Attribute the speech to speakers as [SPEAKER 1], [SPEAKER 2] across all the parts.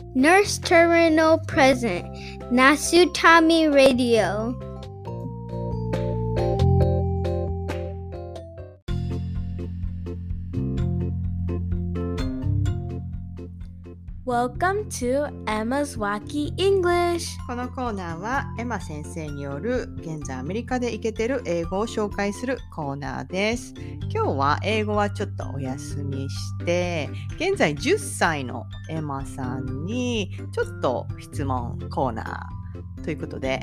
[SPEAKER 1] Nurse Terminal Present Nasutami Radio. Welcome to Emma's Wacky English.
[SPEAKER 2] このコーナーはエマ先生による現在アメリカでイケてる英語を紹介するコーナーです。今日は英語はちょっとお休みして現在10歳のエマさんにちょっと質問コーナーということで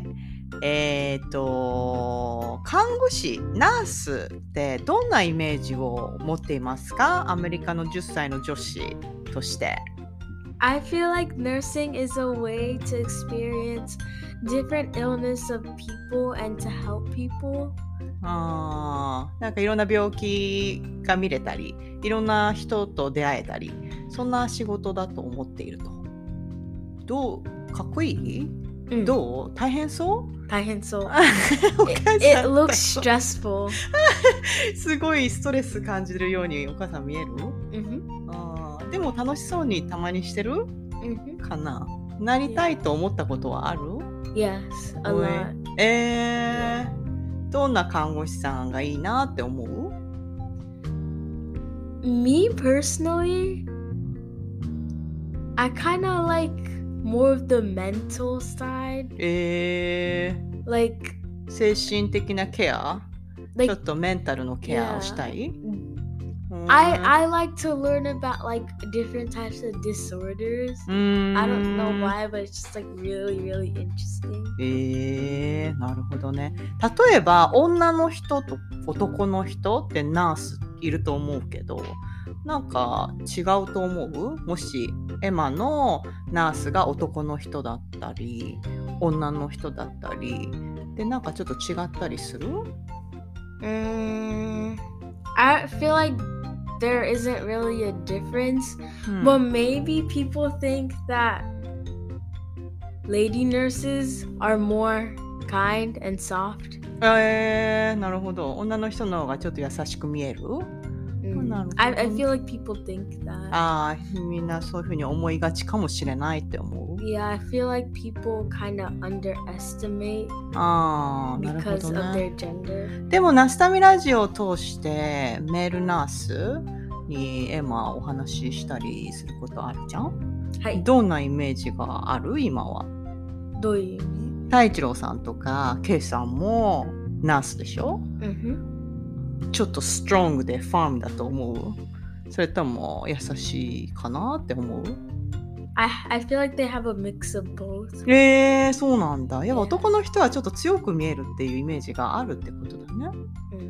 [SPEAKER 2] 看護師、ナースってどんなイメージを持っていますか？アメリカの10歳の女子として。
[SPEAKER 1] I feel like nursing is a way to experience different illness of people and to help people.
[SPEAKER 2] なんかいろんな病気が見れたり、いろんな人と出会えたり、そんな仕事だと思っていると。どう？かっこいい？どう？大変そう？
[SPEAKER 1] 大変そう。
[SPEAKER 2] お母さん
[SPEAKER 1] It looks stressful.
[SPEAKER 2] すごいストレス感じるようにお母さん見える？でも楽しそうにたまにしてる？かな？なりたいと思ったことはある？
[SPEAKER 1] Yes, a lot.
[SPEAKER 2] どんな看護師さんがいいなって思う？
[SPEAKER 1] Me personally, I kind of like more of the mental side. Like
[SPEAKER 2] 精神的なケア？ ちょっとメンタルのケアをしたい
[SPEAKER 1] ？I like to learn about like different types of disorders. I don't know why, but it's just like really, really interesting.
[SPEAKER 2] なるほどね。例えば女の人と男の人ってナースいると思うけど、なんか違うと思う？もしエマのナースが男の人だったり、女の人だったりで、なんかちょっと違ったりする
[SPEAKER 1] ？I feel like there isn't really a difference, but maybe people think that lady nurses are more kind and soft.
[SPEAKER 2] なるほど。女の人の方がちょっと優しく見える？なるほど。
[SPEAKER 1] I feel like people think that.
[SPEAKER 2] みんなそういうふうに思いがちかもしれないって思う。
[SPEAKER 1] Yeah, I feel like people kind of underestimate
[SPEAKER 2] なるほ
[SPEAKER 1] because
[SPEAKER 2] ど
[SPEAKER 1] of
[SPEAKER 2] ね。
[SPEAKER 1] their gender.
[SPEAKER 2] でもナスタミラジオを通してメールナースにエマお話ししたりすることあるじゃん？
[SPEAKER 1] はい。
[SPEAKER 2] どんなイメージがある？今は。
[SPEAKER 1] どういう意味？
[SPEAKER 2] 太一郎さんとかケイさんもナースでしょ？ちょっとストロングでファームだと思う？それとも優しいかなって思う？
[SPEAKER 1] I feel like they have a mix of both.
[SPEAKER 2] そうなんだ。やっぱ男の人はちょっと強く見えるっていうイメージがあるってことだね。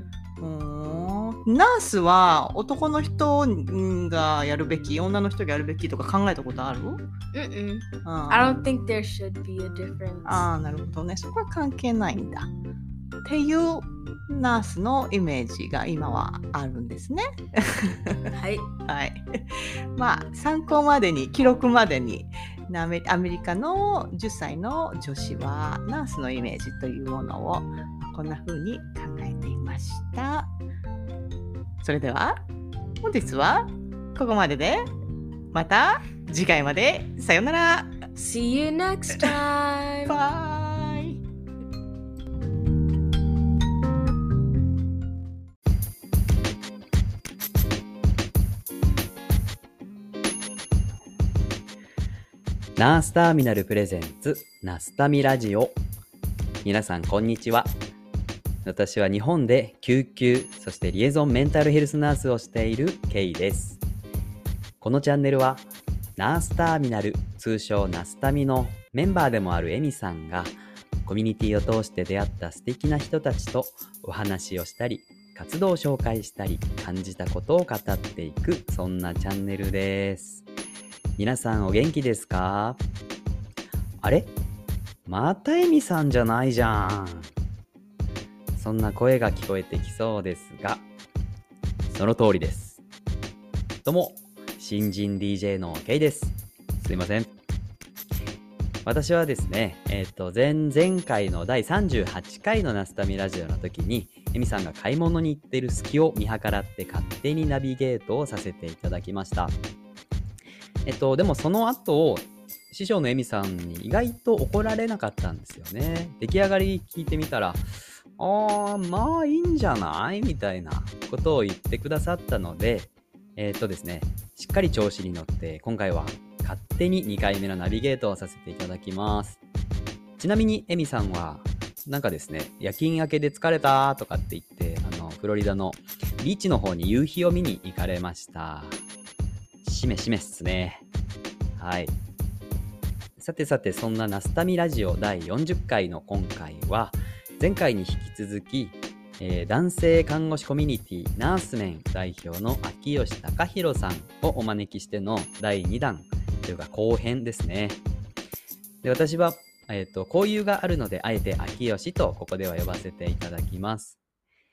[SPEAKER 2] ナースは男の人がやるべき、女の人がやるべきとか考えたことある？
[SPEAKER 1] I don't think there should be a difference.
[SPEAKER 2] なるほどね。そこは関係ないんだ。っていうナースのイメージが今はあるんですね。
[SPEAKER 1] はい。
[SPEAKER 2] はい。まあ参考までに、記録までにアメリカの10歳の女子はナースのイメージというものをこんな風に考えていました。それでは本日はここまでで、また次回までさよなら。
[SPEAKER 1] See you next time.
[SPEAKER 2] Bye.
[SPEAKER 3] ナースターミナルプレゼンツナスタミラジオ。皆さんこんにちは。私は日本で救急そしてリエゾンメンタルヘルスナースをしているケイです。このチャンネルはナースターミナル、通称ナスタミのメンバーでもあるエミさんがコミュニティを通して出会った素敵な人たちとお話をしたり、活動を紹介したり、感じたことを語っていく、そんなチャンネルです。皆さんお元気ですか？あれ？またエミさんじゃないじゃん。そんな声が聞こえてきそうですが、その通りです。どうも、新人 DJ のケイです。すいません。私はですね、前々回の第38回のナスタミラジオの時に、エミさんが買い物に行っている隙を見計らって勝手にナビゲートをさせていただきました。でもその後、 師匠のエミさんに意外と怒られなかったんですよね。出来上がり聞いてみたら、まあいいんじゃないみたいなことを言ってくださったので、ですね、しっかり調子に乗って、今回は勝手に2回目のナビゲートをさせていただきます。ちなみにエミさんは、なんかですね、夜勤明けで疲れたとかって言って、フロリダのビーチの方に夕日を見に行かれました。しめしめっすね。はい。さてさて、そんなナスタミラジオ第40回の今回は、前回に引き続き、男性看護師コミュニティナースメン代表の秋吉隆弘さんをお招きしての第2弾というか後編ですね。で、私は、交友があるので、あえて秋吉とここでは呼ばせていただきます。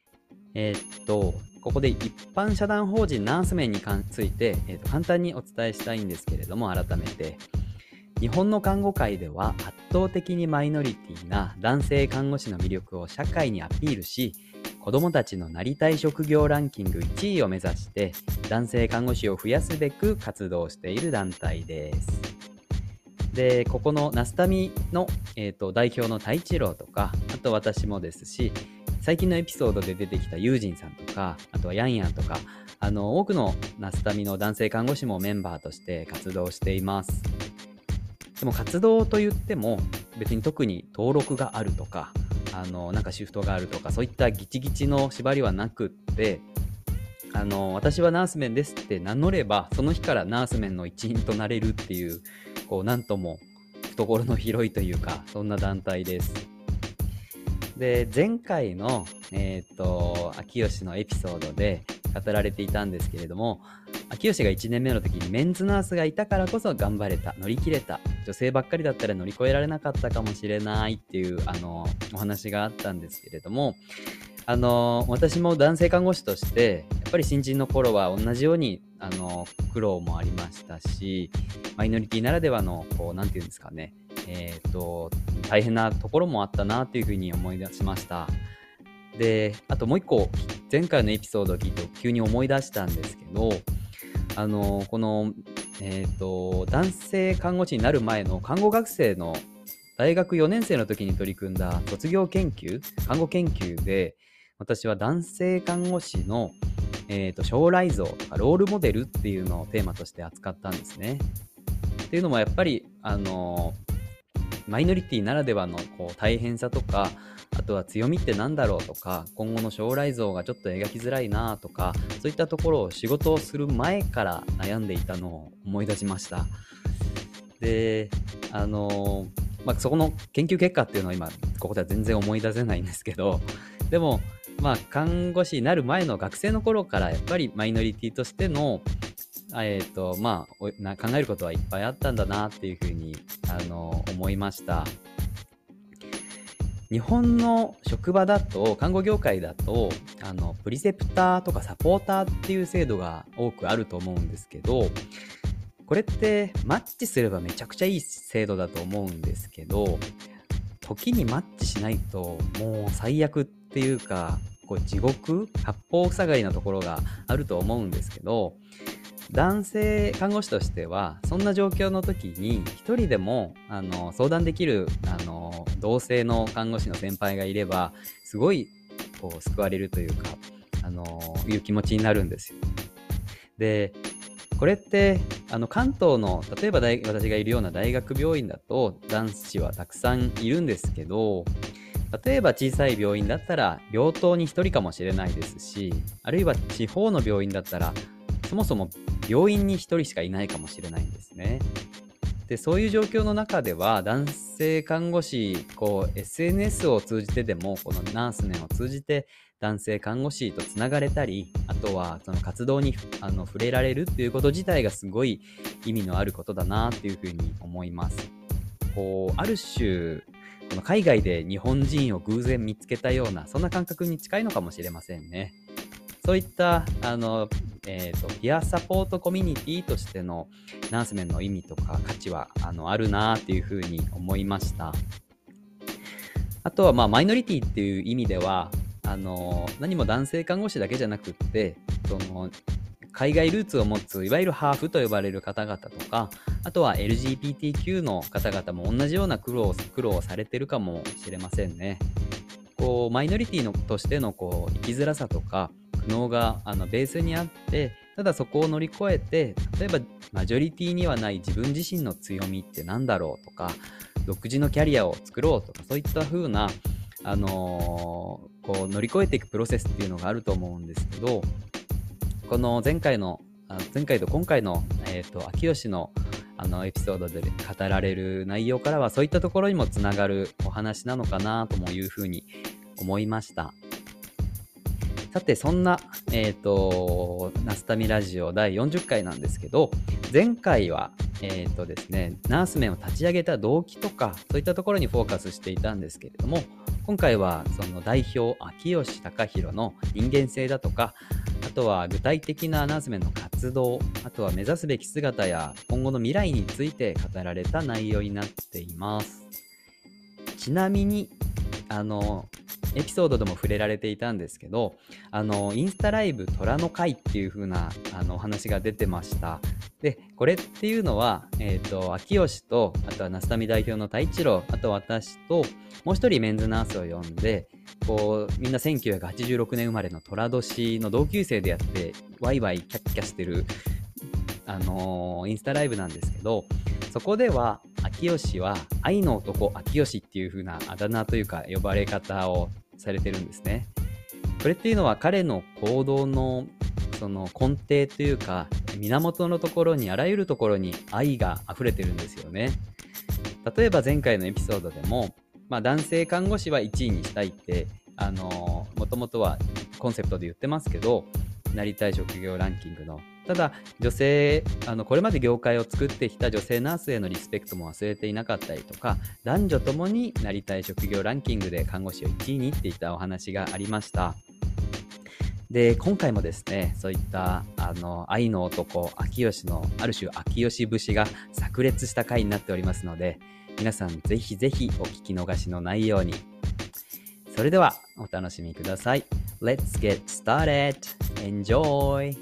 [SPEAKER 3] ここで一般社団法人ナースメンについて、簡単にお伝えしたいんですけれども、改めて日本の看護界では圧倒的にマイノリティな男性看護師の魅力を社会にアピールし、子どもたちのなりたい職業ランキング1位を目指して男性看護師を増やすべく活動している団体です。で、ここのナスタミの、代表の太一郎とか、あと私もですし、最近のエピソードで出てきたユージンさんとか、あとはヤンヤンとか、多くのナスタミの男性看護師もメンバーとして活動しています。でも活動といっても別に特に登録があるとか、なんかシフトがあるとか、そういったギチギチの縛りはなくって、私はナースメンですって名乗れば、その日からナースメンの一員となれるっていう、なんとも懐の広いというか、そんな団体です。で、前回の、秋吉のエピソードで語られていたんですけれども、秋吉が1年目の時にメンズナースがいたからこそ頑張れた、乗り切れた、女性ばっかりだったら乗り越えられなかったかもしれないっていうお話があったんですけれども、私も男性看護師としてやっぱり新人の頃は同じように苦労もありましたし、マイノリティならではのなんていうんですかね、大変なところもあったなというふうに思い出しました。で、あともう一個前回のエピソードを聞いて急に思い出したんですけど、この、男性看護師になる前の看護学生の大学4年生の時に取り組んだ卒業研究、看護研究で、私は男性看護師の、将来像とかロールモデルっていうのをテーマとして扱ったんですね。っていうのもやっぱりマイノリティならではの大変さとか、あとは強みってなんだろうとか、今後の将来像がちょっと描きづらいなとか、そういったところを仕事をする前から悩んでいたのを思い出しました。で、そこの研究結果っていうのは今ここでは全然思い出せないんですけど、でも看護師になる前の学生の頃からやっぱりマイノリティとしての考えることはいっぱいあったんだなっていうふうに思いました。日本の職場だと、看護業界だとプリセプターとかサポーターっていう制度が多くあると思うんですけど、これってマッチすればめちゃくちゃいい制度だと思うんですけど、時にマッチしないともう最悪っていうか、地獄、八方塞がりなところがあると思うんですけど、男性看護師としてはそんな状況の時に一人でも相談できる同性の看護師の先輩がいれば、すごい救われるというかいう気持ちになるんですよ。で、これって関東の例えば私がいるような大学病院だと男子はたくさんいるんですけど、例えば小さい病院だったら病棟に1人かもしれないですし、あるいは地方の病院だったらそもそも病院に1人しかいないかもしれないんですね。で、そういう状況の中では男性看護師SNS を通じてでもこのナースメンを通じて男性看護師とつながれたり、あとはその活動に触れられるっていうこと自体がすごい意味のあることだなっていうふうに思います。ある種この海外で日本人を偶然見つけたような、そんな感覚に近いのかもしれませんね。そういったピアサポートコミュニティとしてのナースメンの意味とか価値はあるなっていうふうに思いました。あとはマイノリティっていう意味では何も男性看護師だけじゃなくって、 海外ルーツを持ついわゆるハーフと呼ばれる方々とか、あとは LGBTQ の方々も同じような苦労をされてるかもしれませんね。マイノリティとしての生きづらさとか苦悩がベースにあって、ただそこを乗り越えて、例えばマジョリティにはない自分自身の強みって何だろうとか、独自のキャリアを作ろうとか、そういった風な乗り越えていくプロセスっていうのがあると思うんですけど、この前回と今回の、秋吉のエピソードで語られる内容からは、そういったところにもつながるお話なのかなともいうふうに思いました。さて、そんな、ナスタミラジオ第40回なんですけど、前回はですね、ナースメンを立ち上げた動機とか、そういったところにフォーカスしていたんですけれども、今回はその代表秋吉隆弘の人間性だとか、あとは具体的なナースメンの活動、あとは目指すべき姿や今後の未来について語られた内容になっています。ちなみにエピソードでも触れられていたんですけど、インスタライブ虎の会っていう風なお話が出てました。で、これっていうのは、秋吉と、あとはナスタミ代表の太一郎、あと私ともう一人メンズナースを呼んで、みんな1986年生まれの虎年の同級生でやってワイワイキャッキャしてるインスタライブなんですけど、そこでは秋吉は愛の男秋吉っていう風なあだ名というか呼ばれ方をされてるんですね。これっていうのは彼の行動のその根底というか源のところに、あらゆるところに愛が溢れてるんですよね。例えば前回のエピソードでも、男性看護師は1位にしたいってもともとはコンセプトで言ってますけど、なりたい職業ランキングの、ただ女性これまで業界を作ってきた女性ナースへのリスペクトも忘れていなかったりとか、男女ともになりたい職業ランキングで看護師を1位にっていったお話がありました。で、今回もですね、そういった愛の男秋吉のある種秋吉節が炸裂した回になっておりますので、皆さんぜひぜひお聞き逃しのないように。それではお楽しみください。 Let's get started. Enjoy.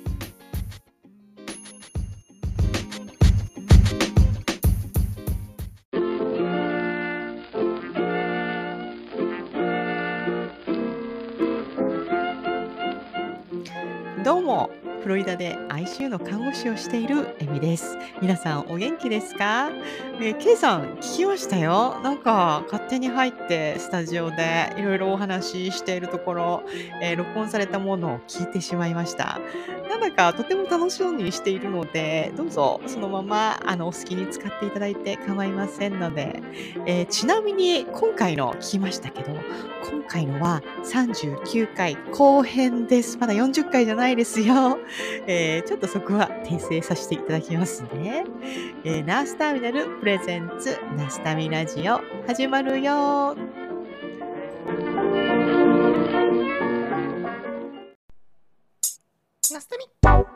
[SPEAKER 2] どうも、フロリダで ICU の看護師をしているエミです。皆さんお元気ですか？ケイさん聞きましたよ。なんか勝手に入ってスタジオでいろいろお話ししているところ、録音されたものを聞いてしまいました。なんだかとても楽しそうにしているので、どうぞそのままお好きに使っていただいて構いませんので、ちなみに今回の聞きましたけど、今回のは39回後編です。まだ40回じゃないですよ。ちょっとそこは訂正させていただきますね。ナースターミナルプレゼンツナスタミラジオ始まるよ。ナスタミ。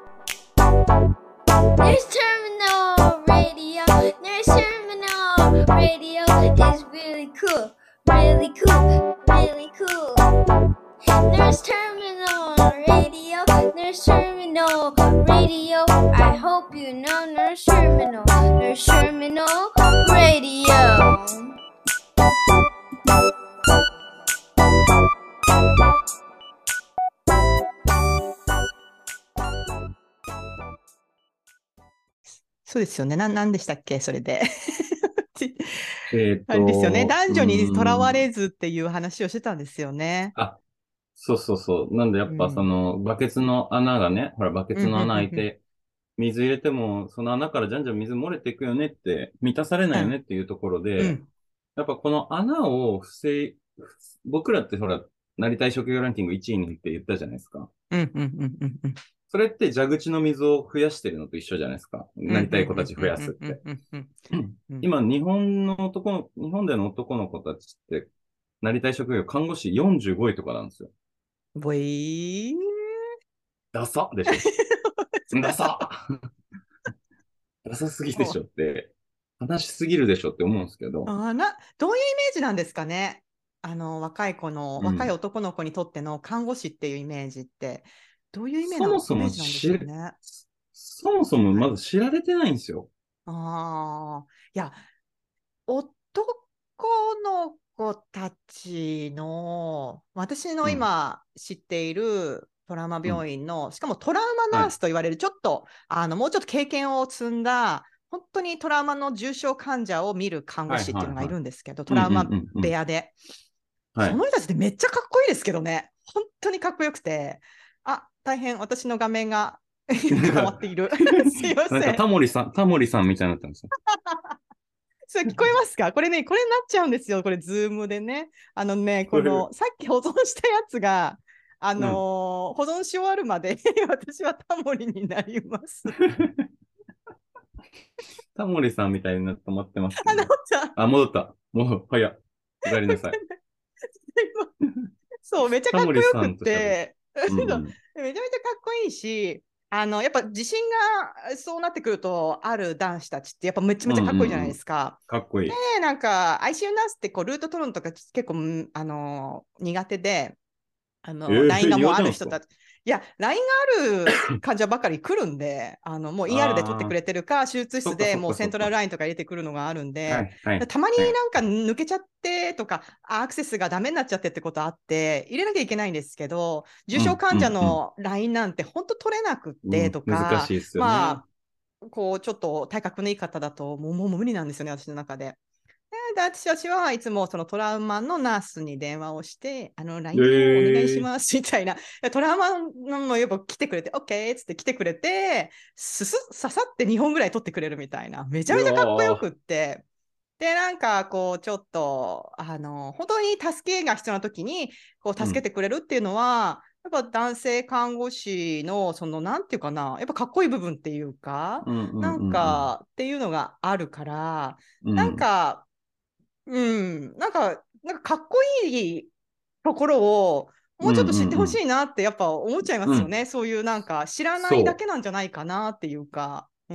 [SPEAKER 1] Nurse Terminal Radio. Nurse Terminal Radio is really cool. Really cool. Really cool. Nurse Terminal Radio. Nurse Terminal Radio. I hope you know Nurse Terminal. Nurse Terminal Radio.
[SPEAKER 2] そうですよね。なんでしたっけそれで。
[SPEAKER 4] え
[SPEAKER 2] あれですよね。男女にとらわ
[SPEAKER 4] ん。
[SPEAKER 2] れずっていう話をしてたんですよね。
[SPEAKER 4] あ、そうそうそう。なんでやっぱ
[SPEAKER 2] うん。
[SPEAKER 4] バケツの穴がね、ほら、バケ
[SPEAKER 2] うん、うん、
[SPEAKER 4] ツの穴開い
[SPEAKER 2] うん、うん。
[SPEAKER 4] て、水入れても、その穴からじゃんじゃん水漏れていくよねって、満たされないよねっていうところ
[SPEAKER 2] う
[SPEAKER 4] で、
[SPEAKER 2] ん。
[SPEAKER 4] やっぱこの穴を僕らってほら、なりたい職業ランキング1位にって言ったじゃないですか。
[SPEAKER 2] うん、うん、うん、うん、うん。
[SPEAKER 4] それって蛇口の水を増やしてるのと一緒じゃないですか。
[SPEAKER 2] うん、
[SPEAKER 4] なりたい子た
[SPEAKER 2] うん、うん、
[SPEAKER 4] ち増や
[SPEAKER 2] うん、うん、
[SPEAKER 4] すって。
[SPEAKER 2] うん、うん。うん。
[SPEAKER 4] 今、日本での男の子たちって、なりたい職業、看護師45位とかなんですよ。
[SPEAKER 2] ボイーン。
[SPEAKER 4] ダサでしょ。ダサダサすぎでしょって、悲しすぎるでしょって思うんですけど。
[SPEAKER 2] どういうイメージなんですかね。若い
[SPEAKER 4] う
[SPEAKER 2] 若い
[SPEAKER 4] ん。
[SPEAKER 2] 男の子にとっての看護師っていうイメージってどういうイメ
[SPEAKER 4] そもそも
[SPEAKER 2] ージなんですかね。
[SPEAKER 4] そもそもまだ知られてないんですよ。
[SPEAKER 2] ああ、いや、男の子たちの、私の
[SPEAKER 4] うん。
[SPEAKER 2] 今知っているトラウマ
[SPEAKER 4] うん。
[SPEAKER 2] 病院の、しかもトラウマ
[SPEAKER 4] はい。
[SPEAKER 2] ナースと言われる、ちょっと、もうちょっと経験を積んだ、本当にトラウマの重症患者を見る看護
[SPEAKER 4] はい。
[SPEAKER 2] 師っていうのがい
[SPEAKER 4] はい。はい。
[SPEAKER 2] るんですけど、ト
[SPEAKER 4] うん。うん。
[SPEAKER 2] ラウマ
[SPEAKER 4] うん。うん。
[SPEAKER 2] 部屋で。
[SPEAKER 4] はい。
[SPEAKER 2] その人たちってめっちゃかっこいいですけどね。本当にかっこよくて。あ、大変、私の画面が変わっている。すいま
[SPEAKER 4] なんか
[SPEAKER 2] せん。
[SPEAKER 4] タモリさんみたいになったんですよ。
[SPEAKER 2] それ聞こえますか？これね、これになっちゃうんですよ。これ、ズームでね。
[SPEAKER 4] 聞こえる。
[SPEAKER 2] さっき保存したやつが、
[SPEAKER 4] うん。
[SPEAKER 2] 保存し終わるまで私はタモリになります。
[SPEAKER 4] タモリさんみたいになって止まってますけ
[SPEAKER 2] なっ
[SPEAKER 4] ど。
[SPEAKER 2] ちゃう。
[SPEAKER 4] あ、戻った。もう、早っ。お帰りなさい。
[SPEAKER 2] そう、めっちゃ
[SPEAKER 4] タモリさ
[SPEAKER 2] かっこよくっ
[SPEAKER 4] んと喋る。
[SPEAKER 2] て、
[SPEAKER 4] うんうん。
[SPEAKER 2] めちゃめちゃかっこいいし、やっぱ自信がそうなってくると、ある男子たちってやっぱめちゃ
[SPEAKER 4] うん
[SPEAKER 2] めちゃかっこいいじゃない
[SPEAKER 4] うんうん。
[SPEAKER 2] ですか。
[SPEAKER 4] かっこいい。
[SPEAKER 2] なんか ICU ナースってこうルート取るのとか結構、苦手で、LINE がもう
[SPEAKER 4] 苦手なんですか？
[SPEAKER 2] ある人たち、いや、LINE がある患者ばかり来るんで、もう ER で取ってく
[SPEAKER 4] ああ、
[SPEAKER 2] れてるか、手術
[SPEAKER 4] そっかそっ
[SPEAKER 2] 室でもうセン
[SPEAKER 4] かそっか。
[SPEAKER 2] トラルラインとか入れてくるのがあるんで、
[SPEAKER 4] はいはい
[SPEAKER 2] たまに
[SPEAKER 4] はい。
[SPEAKER 2] なんか抜けちゃってとか、アクセスがダメになっちゃってってことあって、入れなきゃいけないんですけど、重症
[SPEAKER 4] うんう
[SPEAKER 2] 患者
[SPEAKER 4] んうん。
[SPEAKER 2] の LINE なんて本当取れなくっ
[SPEAKER 4] うん、
[SPEAKER 2] てとか、
[SPEAKER 4] 難しいですよね。
[SPEAKER 2] まあ、こうちょっと体格のいい方だともう無理なんですよね、私の中で。で、私たちはいつもそのトラウマのナースに電話をして、LINE をお願いし
[SPEAKER 4] ええ
[SPEAKER 2] ますみたいな、トラウマのやっぱ来てくれて、OK っつって来てくれて、ささって2本ぐらい取ってくれるみたいな、めち
[SPEAKER 4] いや
[SPEAKER 2] ゃめちゃかっこよ
[SPEAKER 4] ー、
[SPEAKER 2] くって、で、なんかこう、ちょっと、本当に助けが必要な時に、こう、
[SPEAKER 4] うん、
[SPEAKER 2] 助けてくれるっていうのは、やっぱ男性看護師の、なんていうかな、やっぱかっこいい部分っていうか、
[SPEAKER 4] うん、うん、
[SPEAKER 2] なん
[SPEAKER 4] うん、うん。
[SPEAKER 2] かっていうのがあるから、なん
[SPEAKER 4] うん、
[SPEAKER 2] か、うん、なんかかっこいいところをも
[SPEAKER 4] うん、
[SPEAKER 2] うちょっと
[SPEAKER 4] うん、
[SPEAKER 2] 知ってほ
[SPEAKER 4] うん。
[SPEAKER 2] しいなってやっぱ思っちゃいま
[SPEAKER 4] うん、
[SPEAKER 2] すよね。そういうなんか知らないだ
[SPEAKER 4] そう。
[SPEAKER 2] けなんじゃないかなっていうか。うん。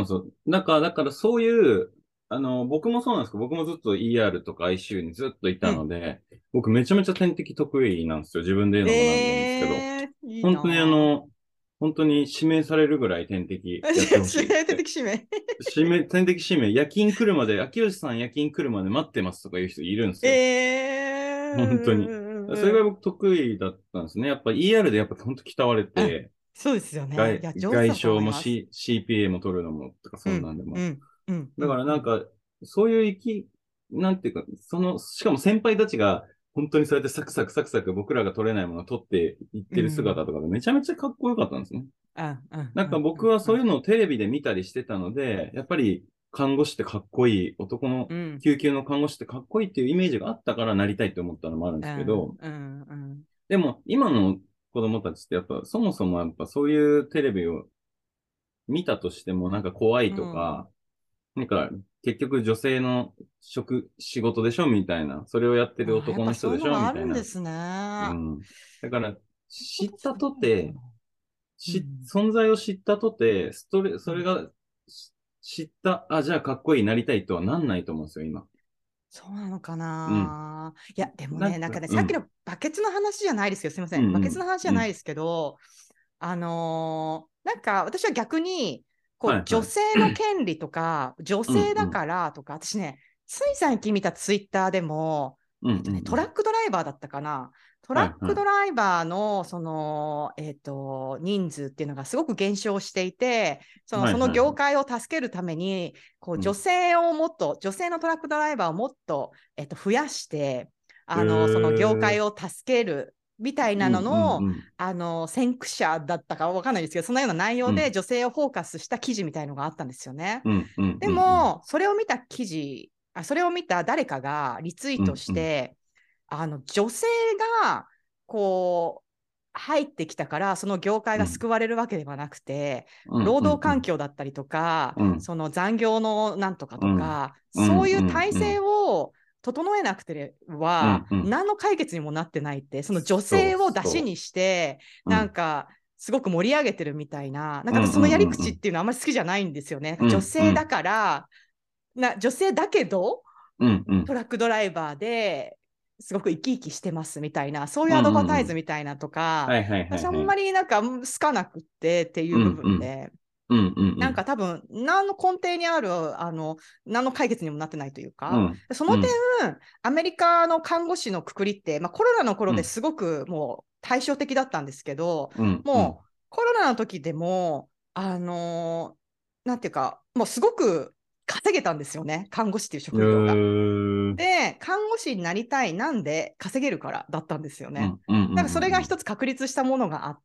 [SPEAKER 4] そうなんですよ。だからそういう、僕もそうなんですけど、僕もずっと ER とか ICU にずっといたの
[SPEAKER 2] うん。
[SPEAKER 4] で、僕めちゃめちゃ点滴得意なんですよ。自分で言うのもなんなんですけど、
[SPEAKER 2] いい
[SPEAKER 4] 本当に
[SPEAKER 2] な
[SPEAKER 4] 本当に指名されるぐらい点
[SPEAKER 2] ぁ。
[SPEAKER 4] 滴やってほしいっ
[SPEAKER 2] 出て
[SPEAKER 4] て。
[SPEAKER 2] きしめ。
[SPEAKER 4] 点滴指名、夜勤来るまで、秋吉さん夜勤来るまで待ってますとかいう人いるんですよ。本当に。それ
[SPEAKER 2] うん。
[SPEAKER 4] が僕得意だったんですね。やっぱ ER でやっぱ本当鍛われ
[SPEAKER 2] うん。
[SPEAKER 4] て、
[SPEAKER 2] そうですよね。いや、上手だと
[SPEAKER 4] 外傷も、
[SPEAKER 2] 思います。
[SPEAKER 4] CPA も取るのも、とかそん
[SPEAKER 2] うん。
[SPEAKER 4] なんでも。
[SPEAKER 2] うん。うん。う
[SPEAKER 4] だか
[SPEAKER 2] ん。うん。
[SPEAKER 4] らなんか、そういうなんていうか、しかも先輩たちが、本当にそうやってサクサクサクサク僕らが取れないものを取っていっ
[SPEAKER 2] う
[SPEAKER 4] てる姿
[SPEAKER 2] ん。
[SPEAKER 4] とかでめちゃめちゃかっこよかったんですね。
[SPEAKER 2] うん。うん。
[SPEAKER 4] なんか
[SPEAKER 2] うん。うん。
[SPEAKER 4] 僕はそういうのをテレビで見たりしてたので、やっぱり看護師ってかっこいい、男の
[SPEAKER 2] うん。
[SPEAKER 4] 救急の看護師ってかっこいいっていうイメージがあったからなりたいって思ったのもあるんで
[SPEAKER 2] うん。
[SPEAKER 4] すけど、
[SPEAKER 2] うん。うん。
[SPEAKER 4] でも今の子供たちってやっぱそもそもやっぱそういうテレビを見たとしてもなんか怖い
[SPEAKER 2] う
[SPEAKER 4] と
[SPEAKER 2] ん。
[SPEAKER 4] か、なんか結局女性の仕事でしょみたいな、それをやってる
[SPEAKER 2] やっ
[SPEAKER 4] 男の人でし
[SPEAKER 2] ぱそういうのが
[SPEAKER 4] ょみたいな。
[SPEAKER 2] あるんですね。
[SPEAKER 4] う
[SPEAKER 2] 本
[SPEAKER 4] ん。だから知った
[SPEAKER 2] 当です
[SPEAKER 4] とて、
[SPEAKER 2] ね。うん。
[SPEAKER 4] 存在を知ったとて、
[SPEAKER 2] うん。
[SPEAKER 4] それが知った、あ、じゃあかっこいい、なりたいとはなんないと思うんですよ、今。
[SPEAKER 2] そうなのか
[SPEAKER 4] うん。
[SPEAKER 2] な。いや、でもね、なんかね、
[SPEAKER 4] うん。
[SPEAKER 2] さっきのバケツの話じゃないですけど、すみません。バケツ
[SPEAKER 4] うん、
[SPEAKER 2] の話じ
[SPEAKER 4] うん、うん。
[SPEAKER 2] ゃないですけど、なんか私は逆に、こう、
[SPEAKER 4] はい、
[SPEAKER 2] 女
[SPEAKER 4] はい。
[SPEAKER 2] 性の権利とか、女
[SPEAKER 4] うん、
[SPEAKER 2] 性だ
[SPEAKER 4] うん、
[SPEAKER 2] からとか、私ね、つい最近見たツイッターでも、
[SPEAKER 4] うん、うん、
[SPEAKER 2] ト
[SPEAKER 4] うん。
[SPEAKER 2] ラックドライバーだったかな。トラッ
[SPEAKER 4] はい、はい。
[SPEAKER 2] クドライバーの、人数っていうのがすごく減少していて、
[SPEAKER 4] はい、はい、は
[SPEAKER 2] その業
[SPEAKER 4] い。
[SPEAKER 2] 界を助けるために、こう、
[SPEAKER 4] うん。
[SPEAKER 2] 女性のトラックドライバーをもっと、増やして、
[SPEAKER 4] え
[SPEAKER 2] その業界
[SPEAKER 4] ー、
[SPEAKER 2] を助けるみたいな
[SPEAKER 4] うん、うん、
[SPEAKER 2] のの、
[SPEAKER 4] うん。
[SPEAKER 2] 先駆者だったかわかんないですけど、そのような内容で
[SPEAKER 4] うん、
[SPEAKER 2] 女性をフォーカスした記事みたいのがあったんですよね。
[SPEAKER 4] うん、うん、
[SPEAKER 2] で
[SPEAKER 4] うん、
[SPEAKER 2] も、それを見た誰かがリツイート
[SPEAKER 4] うん、うん、
[SPEAKER 2] して、女性が、こう、入ってきたから、その業界
[SPEAKER 4] うん、
[SPEAKER 2] が救われるわけではなくて、
[SPEAKER 4] うん、
[SPEAKER 2] 労
[SPEAKER 4] うん、うん、
[SPEAKER 2] 働環境だったりとか、
[SPEAKER 4] うん、
[SPEAKER 2] その残業のなんとか
[SPEAKER 4] うん、
[SPEAKER 2] とか、
[SPEAKER 4] うん、
[SPEAKER 2] そういう
[SPEAKER 4] うん、
[SPEAKER 2] 体制を整えなくては、
[SPEAKER 4] うん、うん。
[SPEAKER 2] 何の解決にもなってないって、その女
[SPEAKER 4] そう、
[SPEAKER 2] 性を出し
[SPEAKER 4] そ
[SPEAKER 2] にして、
[SPEAKER 4] う。うん、
[SPEAKER 2] なんか、すごく盛り上げてるみたいな、なん
[SPEAKER 4] うん、
[SPEAKER 2] か私そのやり
[SPEAKER 4] うん、うん、
[SPEAKER 2] 口っていうのはあんまり好きじゃないんですよね。なんか女
[SPEAKER 4] うん、うん、
[SPEAKER 2] 性だから、女性だけど、
[SPEAKER 4] うん、うん、
[SPEAKER 2] トラックドライバーで、 すごく生き生きしてますみたいな、そういうアドバタイズみたいなとか、
[SPEAKER 4] はいはいはい
[SPEAKER 2] 私あん
[SPEAKER 4] はい。
[SPEAKER 2] まりなんか好かなくってっていう部分で、なんか多分、何の根底にある、何の解決にもなってないというか、その点、アメリカの看護師のくくりって、コロナの頃ですごくもう対照的だったんですけど、もうコロナの時でも、なんていうか、もうすごく稼げたんですよね、看護師っていう職業が。で、看護師になりたい、なんで稼げるからだったんですよね。だからそれが一つ確立したものがあって、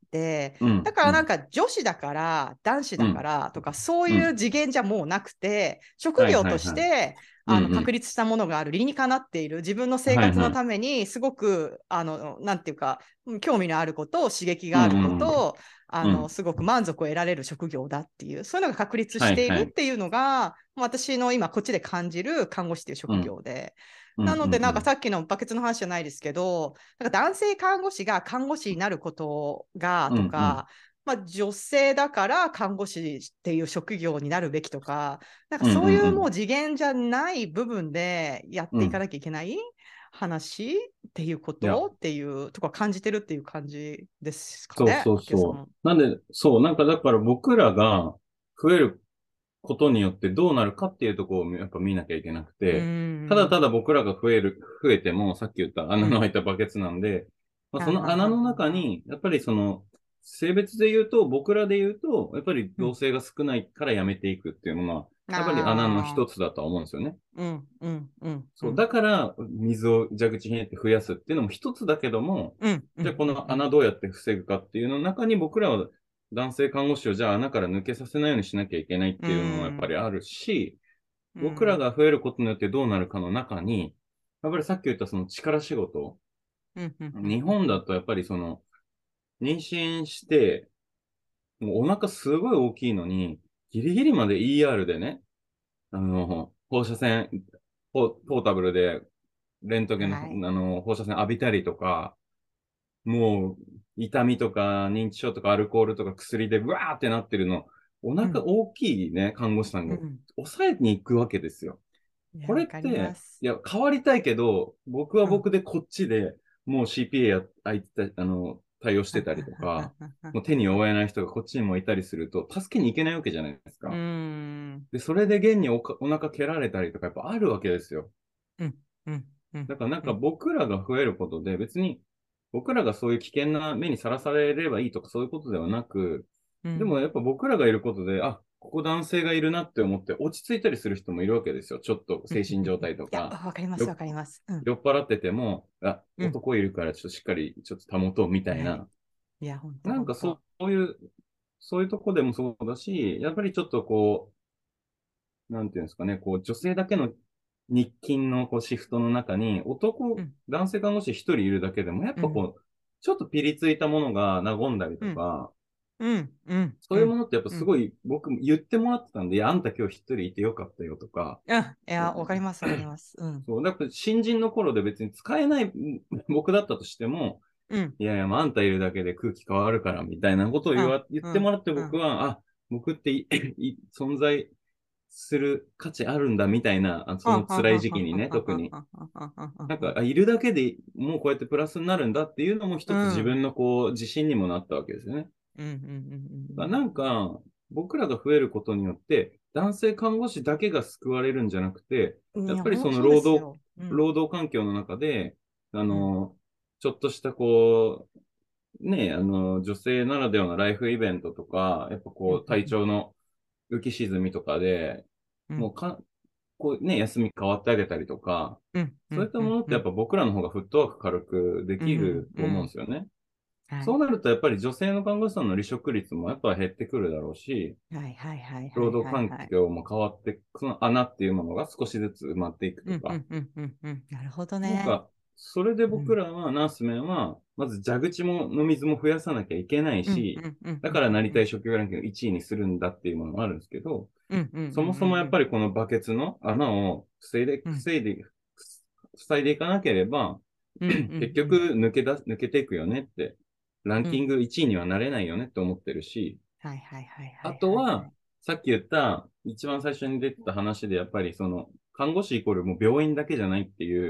[SPEAKER 2] だからなんか女子だから男子だからとかそういう次元じゃもうなくて、職業として確立したものがある、理にかなっている、自分の生活のためにすごくなんていうか興味のあること、刺激があることをすごく満足を得られる職業だっていう、そういうのが確立しているっていうのが、私の今こっちで感じる看護師っていう職業で、なのでなんかさっきのバケツの話じゃないですけど、なんか男性看護師が看護師になることがとか、女性だから看護師っていう職業になるべきとか、なんかそういうもう次元じゃない部分でやっていかなきゃいけない話っていうことっていうとか感じてるっていう感じですかね。
[SPEAKER 4] なんで、なんかだから僕らが増えることによってどうなるかっていうところをやっぱ見なきゃいけなくて、ただただ僕らが増えても、さっき言った穴の開いたバケツなんで、その穴の中に、やっぱりその、性別で言うと、僕らで言うと、やっぱり同性が少ないからやめていくっていうのは、やっぱり穴の一つだとは思うんですよね。そう、だから、水を蛇口ひねって増やすっていうのも一つだけども、じゃあこの穴どうやって防ぐかっていうの中に僕らは男性看護師をじゃあ穴から抜けさせないようにしなきゃいけないっていうのもやっぱりあるし、僕らが増えることによってどうなるかの中に、やっぱりさっき言ったその力仕事、日本だとやっぱりその、妊娠して、もうお腹すごい大きいのに、ギリギリまで ER でね、放射線、ポータブルで、レントゲンの、放射線浴びたりとか、もう、痛みとか、認知症とか、アルコールとか、薬で、うわーってなってるの、お腹大きいね、看護師さんが、抑えに行くわけですよ。これって、いや、変わりたいけど、僕は僕でこっちで、もう CPA 対応してたりとか、もう手に負えない人がこっちにもいたりすると、助けに行けないわけじゃないですか。で、それで現にお腹蹴られたりとか、やっぱあるわけですよ。だからなんか僕らが増えることで、別に僕らがそういう危険な目にさらされればいいとかそういうことではなく、でもやっぱ僕らがいることで、ここ男性がいるなって思って落ち着いたりする人もいるわけですよ。ちょっと精神状態とか。
[SPEAKER 2] わかります、わかります。
[SPEAKER 4] 酔っ払ってても、男いるからちょっとしっかりちょっと保とうみたいな。
[SPEAKER 2] いや、本当
[SPEAKER 4] なんかそういうとこでもそうだし、やっぱりちょっとこう、なんていうんですかね、こう女性だけの日勤のこうシフトの中に男性看護師一人いるだけでも、やっぱこう、ちょっとピリついたものが和んだりとか、そういうものってやっぱすごい僕も言ってもらってたんで、あんた今日一人いてよかったよとか。
[SPEAKER 2] いや、わかります、わかります。
[SPEAKER 4] そう、だから新人の頃で別に使えない僕だったとしても、いやいや、あんたいるだけで空気変わるからみたいなことを言ってもらって僕は、僕って存在する価値あるんだみたいな、その辛い時期にね、特に。なんか、いるだけでもうこうやってプラスになるんだっていうのも一つ自分のこう、自信にもなったわけですよね。なんか、僕らが増えることによって、男性看護師だけが救われるんじゃなくて、やっぱりその労働環境の中で、ちょっとしたこう、ね、女性ならではのライフイベントとか、やっぱこう、体調の浮き沈みとかで、もうこうね、休み変わってあげたりとか、そういったものってやっぱ僕らの方がフットワーク軽くできると思うんですよね。そうなるとやっぱり女性の看護師さんの離職率もやっぱ減ってくるだろうし、労働環境も変わって、その穴っていうものが少しずつ埋まっていくとか。
[SPEAKER 2] なるほどね。
[SPEAKER 4] なんか、それで僕らは、ナースメンは、まず蛇口の水も増やさなきゃいけないし、だからなりたい職業ランキング1位にするんだっていうものがあるんですけど、そもそもやっぱりこのバケツの穴を塞いでいかなければ、結局抜けていくよねって、ランキング1位にはなれないよねって思ってるし、あとは、さっき言った、一番最初に出てた話で、やっぱりその、看護師イコールもう病院だけじゃないっていう、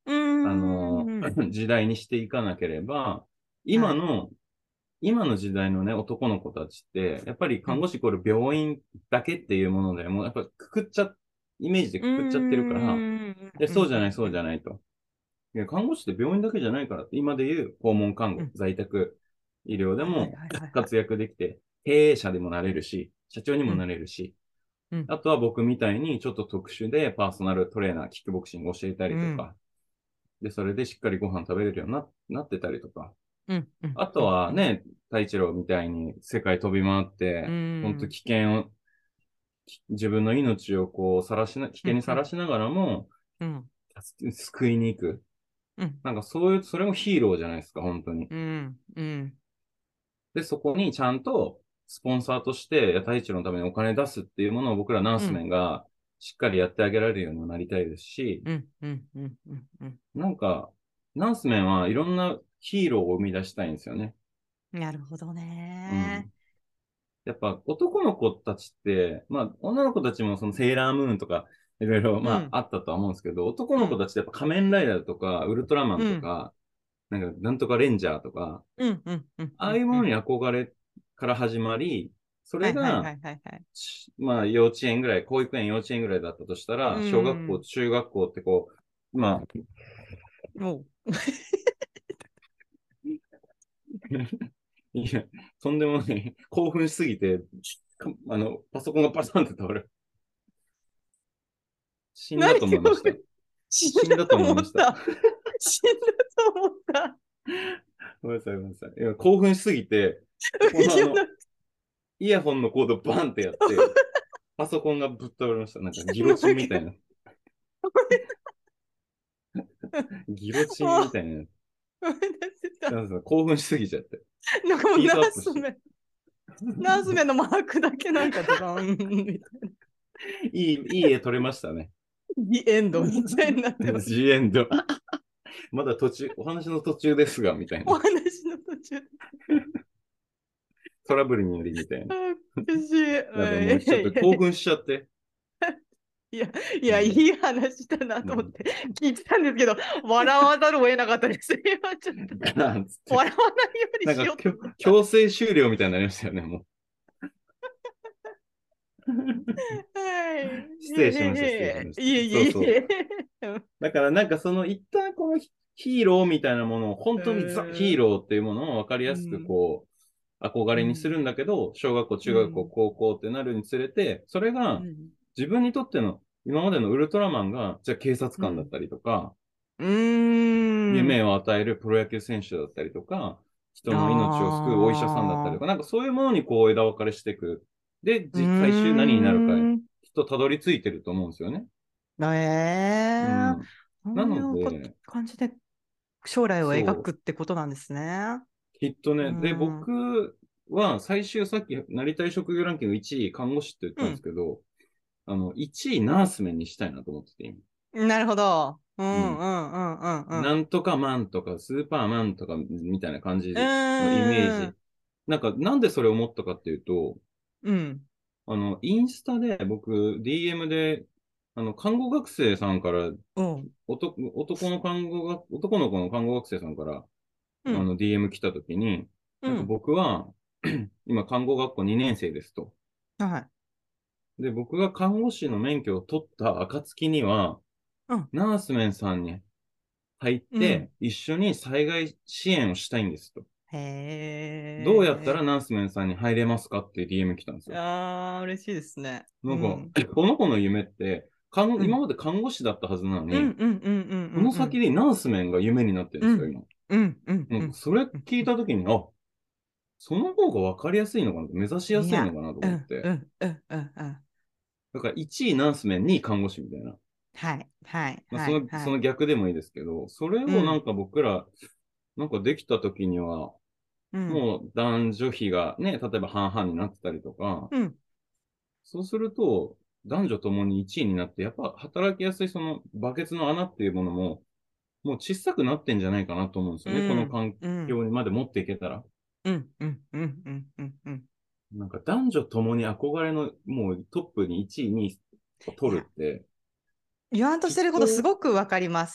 [SPEAKER 4] 時代にしていかなければ、今の時代のね、男の子たちって、やっぱり看護師イコール病院だけっていうもので、もうやっぱイメージでくくっちゃってるから、そうじゃない、そうじゃないと。いや、看護師って病院だけじゃないからって、今で言う訪問看護、在宅医療でも活躍できて、経営者でもなれるし、社長にもなれるし、あとは僕みたいにちょっと特殊でパーソナルトレーナー、キックボクシング教えたりとか、で、それでしっかりご飯食べれるようになってたりとか、あとはね、太一郎みたいに世界飛び回って、本当危険を、自分の命をこう危険にさらしながらも、救いに行く。なんかそれもヒーローじゃないですか、本当に。で、そこにちゃんとスポンサーとして、太一郎のためにお金出すっていうものを僕らナースメンがしっかりやってあげられるようになりたいですし、なんか、ナースメンはいろんなヒーローを生み出したいんですよね。
[SPEAKER 2] なるほどね。
[SPEAKER 4] やっぱ男の子たちって、まあ女の子たちもそのセーラームーンとかいろいろまああったとは思うんですけど、男の子たちってやっぱ仮面ライダーとかウルトラマンとか、なんとかレンジャーとか、ああいうものに憧れから始まり、それが、まあ幼稚園ぐらい、保育園幼稚園ぐらいだったとしたら、小学校、中学校ってこう、まあ、いや、とんでもない。興奮しすぎて、パソコンがパサンって倒れる。死んだと思いました。死んだと思いました。
[SPEAKER 2] 死んだと思った。
[SPEAKER 4] ごめんなさい、ごめんなさい。いや興奮しすぎて、イヤホンのコードバンってやって、パソコンがぶっ倒れました。なんかギロチンみたいな。ギロチンみたいな。興奮しすぎちゃって。
[SPEAKER 2] なんかもうナースメンのマークだけなんかドランみたいな。
[SPEAKER 4] いい絵撮れましたね。
[SPEAKER 2] ジエンドみたいになってます。
[SPEAKER 4] ジエンド。まだお話の途中ですが、みたいな。
[SPEAKER 2] お話の途中。
[SPEAKER 4] トラブルによりみたいな。
[SPEAKER 2] ち
[SPEAKER 4] ょっと興奮しちゃって。
[SPEAKER 2] いや、いい話だなと思って聞いてたんですけど、笑わざるを得なかったです。今ちょっと。笑わないようにしようと。
[SPEAKER 4] 強制終了みたいになりましたよね、もう。失礼しました、失礼しました。いえ。だからなんか一旦このヒーローみたいなものを、本当にザ・ヒーローっていうものを分かりやすくこう、憧れにするんだけど、小学校、中学校、高校ってなるにつれて、それが自分にとっての今までのウルトラマンが、じゃあ警察官だったりとか、夢を与えるプロ野球選手だったりとか、人の命を救うお医者さんだったりとか、なんかそういうものにこう枝分かれしていく。で、最終何になるか、きっとたどり着いてると思うんですよね。
[SPEAKER 2] な
[SPEAKER 4] ので、
[SPEAKER 2] 感じで将来を描くってことなんですね。
[SPEAKER 4] きっとね。で、僕は最終さっきなりたい職業ランキング1位看護師って言ったんですけど、1位ナースメンにしたいなと思ってて、
[SPEAKER 2] 今。なるほど。な
[SPEAKER 4] んとかマンとかスーパーマンとかみたいな感じのイメージ。なんでそれを思ったかっていうと、インスタで僕 DM で、看護学生さんから、男の子の看護学生さんから、DM 来たときに、なんか僕は、今看護学校2年生ですと。で、僕が看護師の免許を取った暁には、ナースメンさんに入って、一緒に災害支援をしたいんですと。どうやったらナースメンさんに入れますかって DM 来たんですよ。
[SPEAKER 2] 嬉しいですね。
[SPEAKER 4] なんか、この子の夢って、今まで看護師だったはずなのに、この先にナースメンが夢になってるんですよ、今。それ聞いたときに、その方が分かりやすいのかな、目指しやすいのかなと思って。だから1位ナースメン、2位看護師みたいな。その逆でもいいですけど、それをなんか僕ら、なんかできたときには、もう男女比がね、例えば半々になってたりとか、そうすると、男女ともに1位になって、やっぱ働きやすいそのバケツの穴っていうものも、もう小さくなってんじゃないかなと思うんですよね。この環境にまで持っていけたら。なんか男女ともに憧れのもうトップに1位に取るって。
[SPEAKER 2] 言わんとしてることすごくわかります。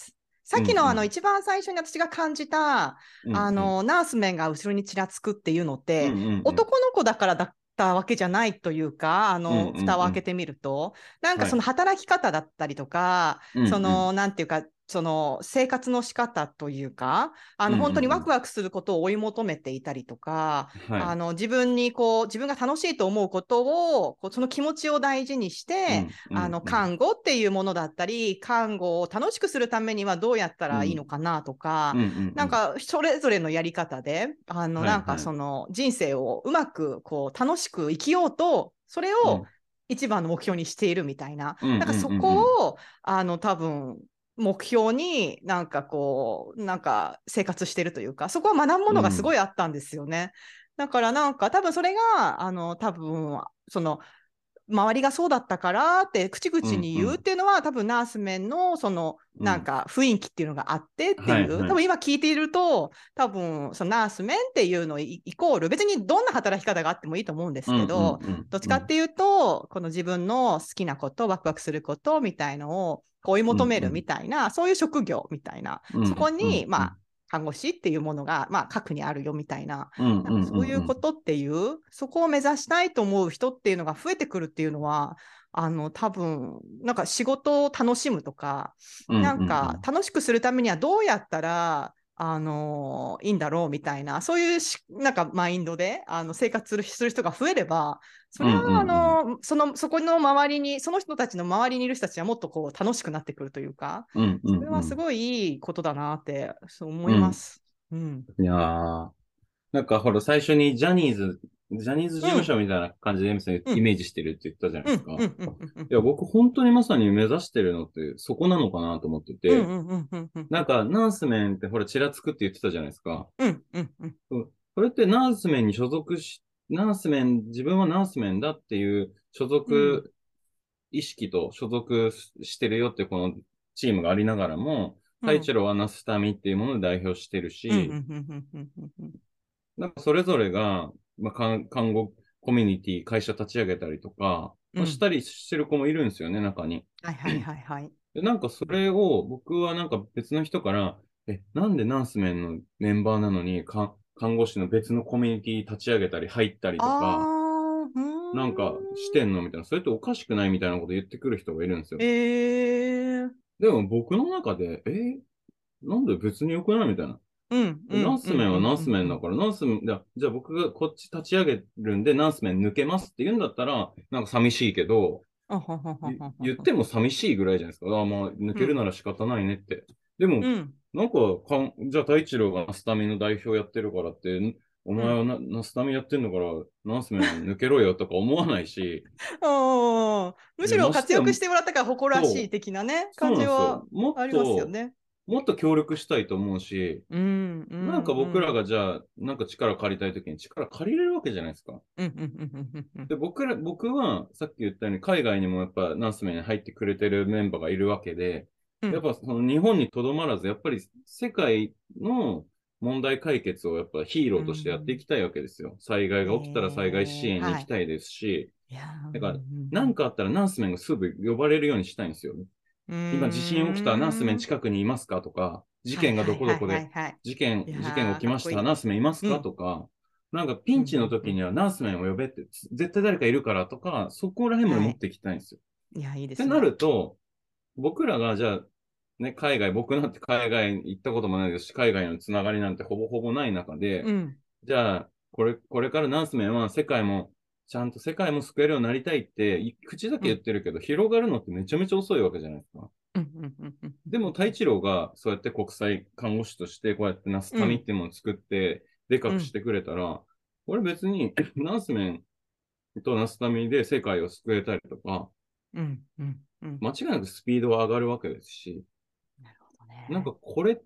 [SPEAKER 2] さっきの
[SPEAKER 4] うんうん
[SPEAKER 2] 一番最初に私が感じた、
[SPEAKER 4] うんうん
[SPEAKER 2] ナースメンが後ろにちらつくっていうのっ
[SPEAKER 4] うん
[SPEAKER 2] て、
[SPEAKER 4] うんうん
[SPEAKER 2] 男の子だからだったわけじゃないというか、
[SPEAKER 4] うんうんうん
[SPEAKER 2] 蓋を開けてみると、なんか
[SPEAKER 4] はい
[SPEAKER 2] その働き方だったりとか、
[SPEAKER 4] うんうん
[SPEAKER 2] なんていうか、その生活の仕方というか、
[SPEAKER 4] うんうんうん
[SPEAKER 2] 本当にワクワクすることを追い求めていたりとか、
[SPEAKER 4] はい
[SPEAKER 2] 自分に自分が楽しいと思うことを、その気持ちを大事にして、
[SPEAKER 4] うんうんうん
[SPEAKER 2] 看護っていうものだったり、看護を楽しくするためにはどうやったらいいのかなとか、
[SPEAKER 4] うんうん
[SPEAKER 2] なんかそれぞれのやり方で、なんか
[SPEAKER 4] はいはい
[SPEAKER 2] その人生をうまく楽しく生きようと、それを一番の目標にしているみたいな、
[SPEAKER 4] うんうん
[SPEAKER 2] なんかそ
[SPEAKER 4] うんうん
[SPEAKER 2] こを、多分、目標になんかなんか生活してるというか、そこは学ぶものがすごいあったんですよね。だからなんか多分それが、多分、周りがそうだったからって口々に言うっていうのは、多分ナースメンのなんか雰囲気っていうのがあってっていう、
[SPEAKER 4] はいはい
[SPEAKER 2] 多分今聞いていると、多分そのナースメンっていうのイコール、別にどんな働き方があってもいいと思うんですけど、どっちかっていうと、この自分の好きなこと、ワクワクすることみたいのを追い求めるみたいな、そういう職業みたいな、そこに、まあ、看護師っていうものが、まあ、核にあるよみたいな、なんかそういうことっていう、そこを目指したいと思う人っていうのが増えてくるっていうのは、多分、なんか仕事を楽しむとか、なんか楽しくするためにはどうやったら、いいんだろうみたいな、そういうなんかマインドで生活する人が増えれば、それはそこの周りに、その人たちの周りにいる人たちはもっと楽しくなってくるというか、それはすごいいいことだなってそう思います。
[SPEAKER 4] いやー、なんかほら最初にジャニーズ事務所みたいな感じでエミさんイメージしてるって言ったじゃないですか。いや、僕本当にまさに目指してるのってそこなのかなと思ってて、なんかナースメンってほらちらつくって言ってたじゃないですか。これってナースメンに所属し、自分はナースメンだっていう所属意識と所属してるよってこのチームがありながらも、太一郎はナスタミっていうもので代表してるし、なんかそれぞれが、まあ、看護コミュニティ、会社立ち上げたりとか、まあ、したりしてる子もいるんですよね、中に。で、なんかそれを僕はなんか別の人から、なんでナースメンのメンバーなのに看護師の別のコミュニティ立ち上げたり入ったりとか、なんかしてんのみたいな、それっておかしくないみたいなこと言ってくる人がいるんですよ。でも僕の中で、なんで別に良くないみたいな。ナースメンはナースメンだから、ナースメン、じゃあ僕がこっち立ち上げるんで、ナースメン抜けますって言うんだったら、なんか寂しいけど、言っても寂しいぐらいじゃないですか。まあ、抜けるなら仕方ないねって。でも、なんかじゃあ、太一郎がナスタミの代表やってるからって、お前はナスタミやってんだから、ナースメン抜けろよとか思わないし。
[SPEAKER 2] むしろ活躍してもらったから誇らしい的なね、感じはありますよね。
[SPEAKER 4] もっと協力したいと思うし、なんか僕らがじゃあ、なんか力借りたいときに力借りれるわけじゃないですか。で、僕はさっき言ったように海外にもやっぱナースメンに入ってくれてるメンバーがいるわけで、やっぱその日本にとどまらず、やっぱり世界の問題解決をやっぱヒーローとしてやっていきたいわけですよ。災害が起きたら災害支援に行きたいですし、だから何かあったらナースメンがすぐ呼ばれるようにしたいんですよね。今地震起きたナースメン近くにいますかとか、事件がどこどこで、事件起きました、ナースメンいますかとか、なんかピンチの時にはナースメンを呼べって、絶対誰かいるからとか、そこら辺まで持っていきたいんですよ。
[SPEAKER 2] いや、いいですね。
[SPEAKER 4] ってなると、僕らがじゃあ、ね、僕なんて海外行ったこともないですし、海外のつながりなんてほぼほぼない中で、じゃあ、これからナースメンはちゃんと世界も救えるようになりたいって、口だけ言ってるけど、広がるのってめちゃめちゃ遅いわけじゃないですか。でも、太一郎がそうやって国際看護師として、こうやってナスタミっていうものを作って、でかくしてくれたら、これ別にナースメンとナスタミで世界を救えたりとか、間違いなくスピードは上がるわけですし、なんかこれって、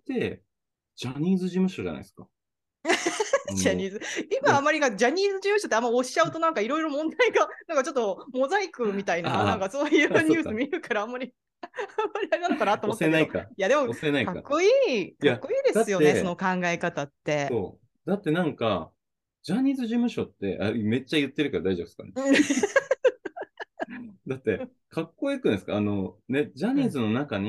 [SPEAKER 4] ジャニーズ事務所じゃないですか。
[SPEAKER 2] ジャニーズ。今あまりがジャニーズ事務所ってあんま押しちゃうとなんかいろいろ問題が、なんかちょっとモザイクみたいな、なんかそういうニュース見るからあんまりあれなのかなと思って。
[SPEAKER 4] 押せないか。
[SPEAKER 2] いやでも、かっこいいですよね、その考え方って。
[SPEAKER 4] そう。だってなんか、ジャニーズ事務所って、めっちゃ言ってるから大丈夫ですかね。だって、かっこよくないですかジャニーズの中に、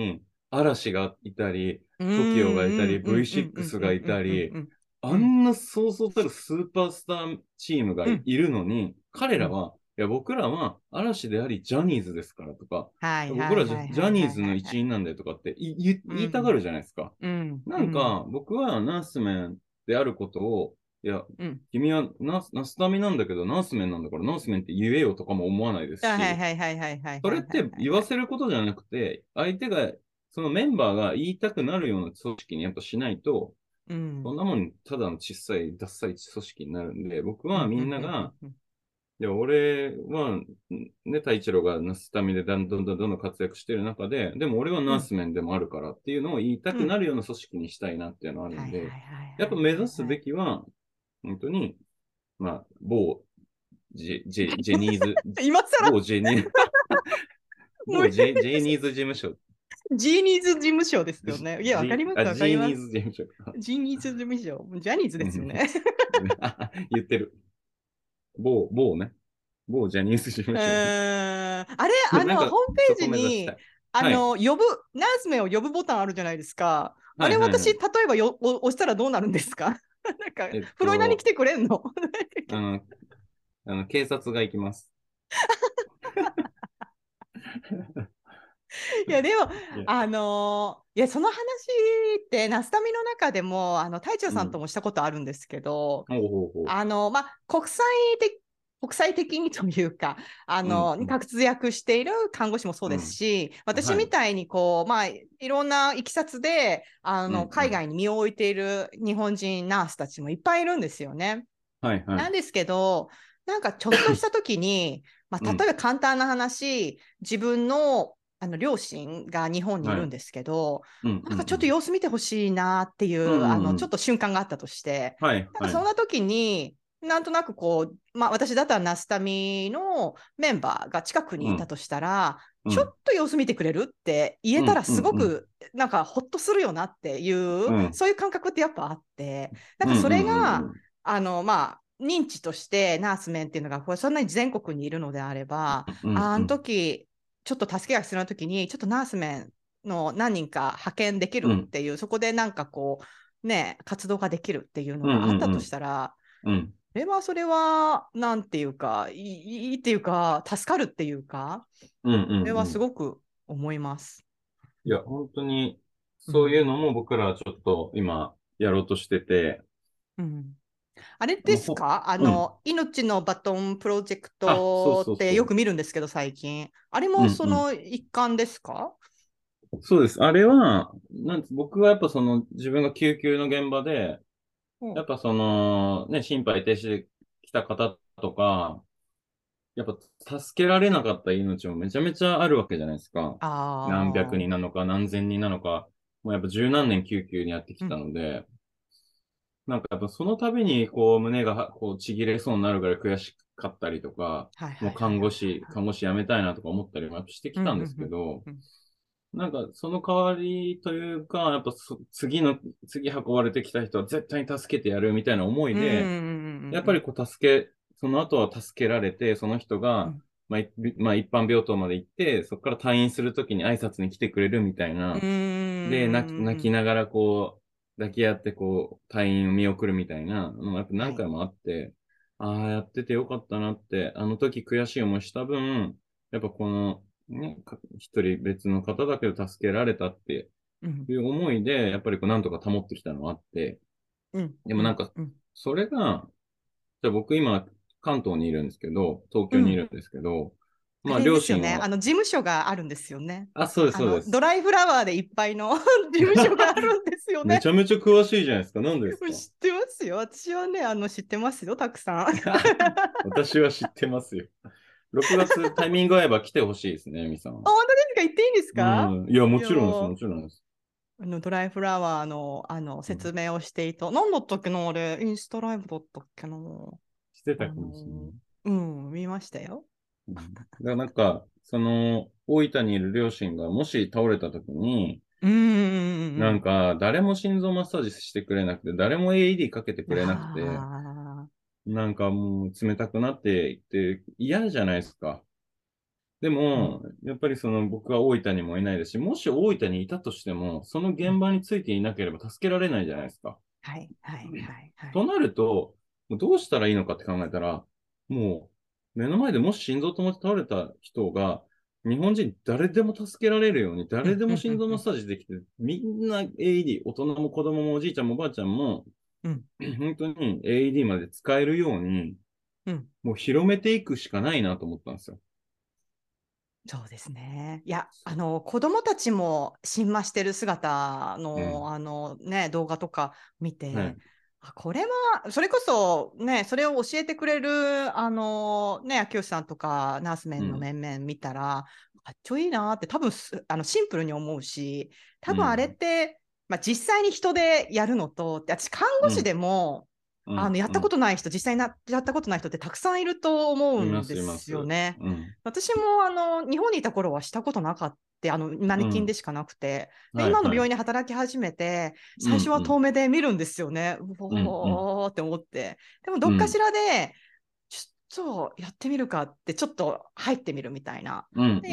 [SPEAKER 4] 嵐がいたり、TOKIO がいたり、V6 がいたり、あんなそうそうたるスーパースターチームがいるのに、彼らは、いや、僕らは嵐であり、ジャニーズですからとか、僕らジャニーズの一員なんだよとかって言いたがるじゃないですか。なんか、僕はナースメンであることを、いや、君はナスタミなんだけど、ナースメンなんだから、ナースメンって言えよとかも思わないですし、それって言わせることじゃなくて、相手が、そのメンバーが言いたくなるような組織にやっぱしないと、そんなもん、ただの小さい、ダッサい組織になるんで、僕はみんなが、いや、俺は、ね、太一郎がナスタミでどんどん活躍してる中で、でも俺はナースメンでもあるからっていうのを言いたくなるような組織にしたいなっていうのがあるんで、やっぱ目指すべきは、本当に、まあ、某ジェニーズ、
[SPEAKER 2] 今更
[SPEAKER 4] 某ジェニーズ、某ジェニーズ事務所。
[SPEAKER 2] ジーニーズ事務所ですよね。いや、わかります、わかります。
[SPEAKER 4] ジーニーズ事務所。
[SPEAKER 2] ジーニーズ事務所。ジャニーズですよね。
[SPEAKER 4] 言ってる。某ね。某ジャニーズ事務所。
[SPEAKER 2] あれ、ホームページに、ナースメンを呼ぶボタンあるじゃないですか。あれ、私、例えば押したらどうなるんですか？なんか、フロリダに来てくれんの？
[SPEAKER 4] 警察が行きます。
[SPEAKER 2] いや、でも、いや、その話って、ナスタミの中でも、太一さんともしたことあるんですけど、国際的にというか、活躍している看護師もそうですし、私みたいにいろんないきさつで、海外に身を置いている日本人ナースたちもいっぱいいるんですよね。なんですけど、なんかちょっとした時に、例えば簡単な話、自分の両親が日本にいるんですけど、なんかちょっと様子見てほしいなっていう、ちょっと瞬間があったとして、なんかそんな時に、なんとなく私だったらナスタミのメンバーが近くにいたとしたら、ちょっと様子見てくれるって言えたらすごくなんかほっとするよなっていう、そういう感覚ってやっぱあって、なんかそれが、認知としてナースメンっていうのがそんなに全国にいるのであれば、あの時ちょっと助けが必要な時にちょっとナースメンの何人か派遣できるっていう、そこでなんか活動ができるっていうのがあったとしたら、それはなんていうかいいっていうか助かるっていうか、それはすごく思います。
[SPEAKER 4] いや、本当にそういうのも僕らはちょっと今やろうとしてて、
[SPEAKER 2] あれですか？命のバトンプロジェクトってよく見るんですけど、最近。あれもその一環ですか？
[SPEAKER 4] そうです。あれは、僕はやっぱ自分が救急の現場で、やっぱ心肺停止で来た方とか、やっぱ助けられなかった命もめちゃめちゃあるわけじゃないですか。何百人なのか何千人なのか、もうやっぱ十何年救急にやってきたので、なんかやっぱその度に胸がちぎれそうになるぐらい悔しかったりとか、もう看護師辞めたいなとか思ったりもしてきたんですけど、なんかその代わりというか、やっぱ次運ばれてきた人は絶対に助けてやるみたいな思いで、やっぱりその後は助けられて、その人が、一般病棟まで行って、そこから退院するときに挨拶に来てくれるみたいな、で、泣きながら抱き合って退院を見送るみたいなのもやっぱ何回もあって、やっててよかったなって、あの時悔しい思いした分、やっぱ一人別の方だけど助けられたっていう思いで、やっぱりなんとか保ってきたのがあって、でもなんか、それが、じゃあ僕今関東にいるんですけど、東京にいるんですけど、
[SPEAKER 2] 両親は事務所があるんですよね。
[SPEAKER 4] そうです、そうです。
[SPEAKER 2] ドライフラワーでいっぱいの事務所があるんですよね。
[SPEAKER 4] めちゃめちゃ詳しいじゃないですか。何ですか？
[SPEAKER 2] 知ってますよ。私はね、知ってますよ、たくさん。
[SPEAKER 4] 私は知ってますよ。6月タイミング合えば来てほしいですね、みさん。
[SPEAKER 2] 本当ですか？言っていいんですか？
[SPEAKER 4] いや、もちろんです、もちろんです。
[SPEAKER 2] ドライフラワーの説明をしていた。何だったっけな、あれ。インスタライブだったっけな。
[SPEAKER 4] してたかもしれない。
[SPEAKER 2] 見ましたよ。
[SPEAKER 4] なんか、大分にいる両親がもし倒れた時に、なんか、誰も心臓マッサージしてくれなくて、誰も AED かけてくれなくて、なんかもう冷たくなっていって嫌じゃないですか。 でも、やっぱりその僕は大分にもいないですし、もし大分にいたとしても、その現場についていなければ助けられないじゃないですか。
[SPEAKER 2] はい、はい、はい、はい。
[SPEAKER 4] となると、どうしたらいいのかって考えたら、もう目の前でもし心臓止まって倒れた人が、日本人誰でも助けられるように、誰でも心臓マッサージできて、みんな AED、大人も子供もおじいちゃんもおばあちゃんも、
[SPEAKER 2] うん、
[SPEAKER 4] 本当に AED まで使えるように、
[SPEAKER 2] うん。
[SPEAKER 4] もう広めていくしかないなと思ったんですよ。
[SPEAKER 2] そうですね。いや、子供たちも新麻してる姿
[SPEAKER 4] うん。
[SPEAKER 2] の、ね、動画とか見て、
[SPEAKER 4] はい。
[SPEAKER 2] これは、それこそ、ね、それを教えてくれる、ね、秋吉さんとか、ナースメンの
[SPEAKER 4] うん。
[SPEAKER 2] 面々見たら、かっちょいいなって、多分シンプルに思うし、多分あれっ
[SPEAKER 4] うん。
[SPEAKER 2] て、まあ、実際に人でやるのと、で私、看護師
[SPEAKER 4] うん。
[SPEAKER 2] でも、
[SPEAKER 4] うん。
[SPEAKER 2] やったことない人、実際にやったことない人ってたくさんいると思うんで
[SPEAKER 4] います、いま
[SPEAKER 2] すよ
[SPEAKER 4] す。
[SPEAKER 2] ね。
[SPEAKER 4] うん。
[SPEAKER 2] 私も日本にいた頃はしたことなかった、マネキンで
[SPEAKER 4] うん。
[SPEAKER 2] しかなくて、で、
[SPEAKER 4] はい、はい。
[SPEAKER 2] 今の病院で働き始めて、
[SPEAKER 4] うん。
[SPEAKER 2] 最初は
[SPEAKER 4] うん。
[SPEAKER 2] 遠目で見るんですよね。う
[SPEAKER 4] うん。うん。
[SPEAKER 2] おーって思って。でも、ど
[SPEAKER 4] うん。
[SPEAKER 2] っかしらで、ちょっとやってみるかって、ちょっと入ってみるみたいな。
[SPEAKER 4] うん。
[SPEAKER 2] で、
[SPEAKER 4] うん。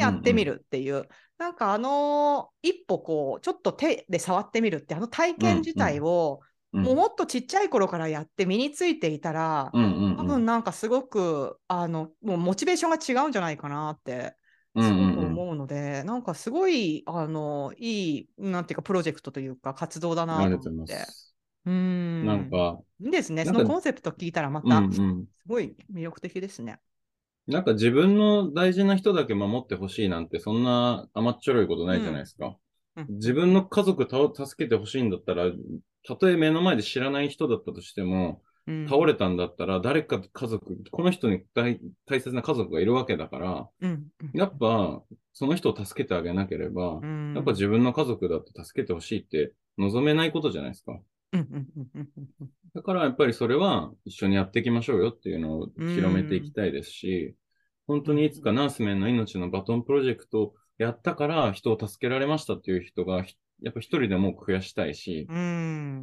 [SPEAKER 2] やってみるっていう。なんか一歩こう、ちょっと手で触ってみるって、体
[SPEAKER 4] うん。
[SPEAKER 2] 験自
[SPEAKER 4] うん。
[SPEAKER 2] 体を、
[SPEAKER 4] うん。
[SPEAKER 2] もっとちっちゃい頃からやって身についていたら、
[SPEAKER 4] うん。うん。
[SPEAKER 2] 多分なんかすごく、もうモチベーションが違うんじゃないかなって、
[SPEAKER 4] うん。
[SPEAKER 2] すごく
[SPEAKER 4] うん。
[SPEAKER 2] 思うので、なんかすごい、いい、なんていうか、プロジェクトというか、活動だなと
[SPEAKER 4] ありがとうございま
[SPEAKER 2] 思って。
[SPEAKER 4] す。
[SPEAKER 2] うーん。
[SPEAKER 4] なんか、
[SPEAKER 2] いいですね。
[SPEAKER 4] なんか、
[SPEAKER 2] そのコンセプト聞いたらま
[SPEAKER 4] うん。
[SPEAKER 2] た、
[SPEAKER 4] うん。
[SPEAKER 2] すごい魅力的ですね。
[SPEAKER 4] なんか自分の大事な人だけ守ってほしいなんて、そんな甘っちょろいことないじゃないで
[SPEAKER 2] うん。
[SPEAKER 4] すか。
[SPEAKER 2] うん。うん。
[SPEAKER 4] 自分の家族助けてほしいんだったら、たとえ目の前で知らない人だったとしても、
[SPEAKER 2] うん。
[SPEAKER 4] 倒れたんだったら、誰か家族、この人に大切な家族がいるわけだから、
[SPEAKER 2] うん。
[SPEAKER 4] やっぱ、その人を助けてあげなければ、
[SPEAKER 2] う
[SPEAKER 4] やっぱ
[SPEAKER 2] ん。
[SPEAKER 4] 自分の家族だって助けてほしいって望めないことじゃないですか。
[SPEAKER 2] うん。うん。うん。うん。うん。
[SPEAKER 4] だからやっぱりそれは一緒にやっていきましょうよっていうのを
[SPEAKER 2] う
[SPEAKER 4] 広めていき
[SPEAKER 2] ん。
[SPEAKER 4] たいですし、本
[SPEAKER 2] うん。
[SPEAKER 4] 当にいつかナースメンの命のバトンプロジェクトをやったから人を助けられましたっていう人がやっぱ一人でも増やしたいし、
[SPEAKER 2] うん。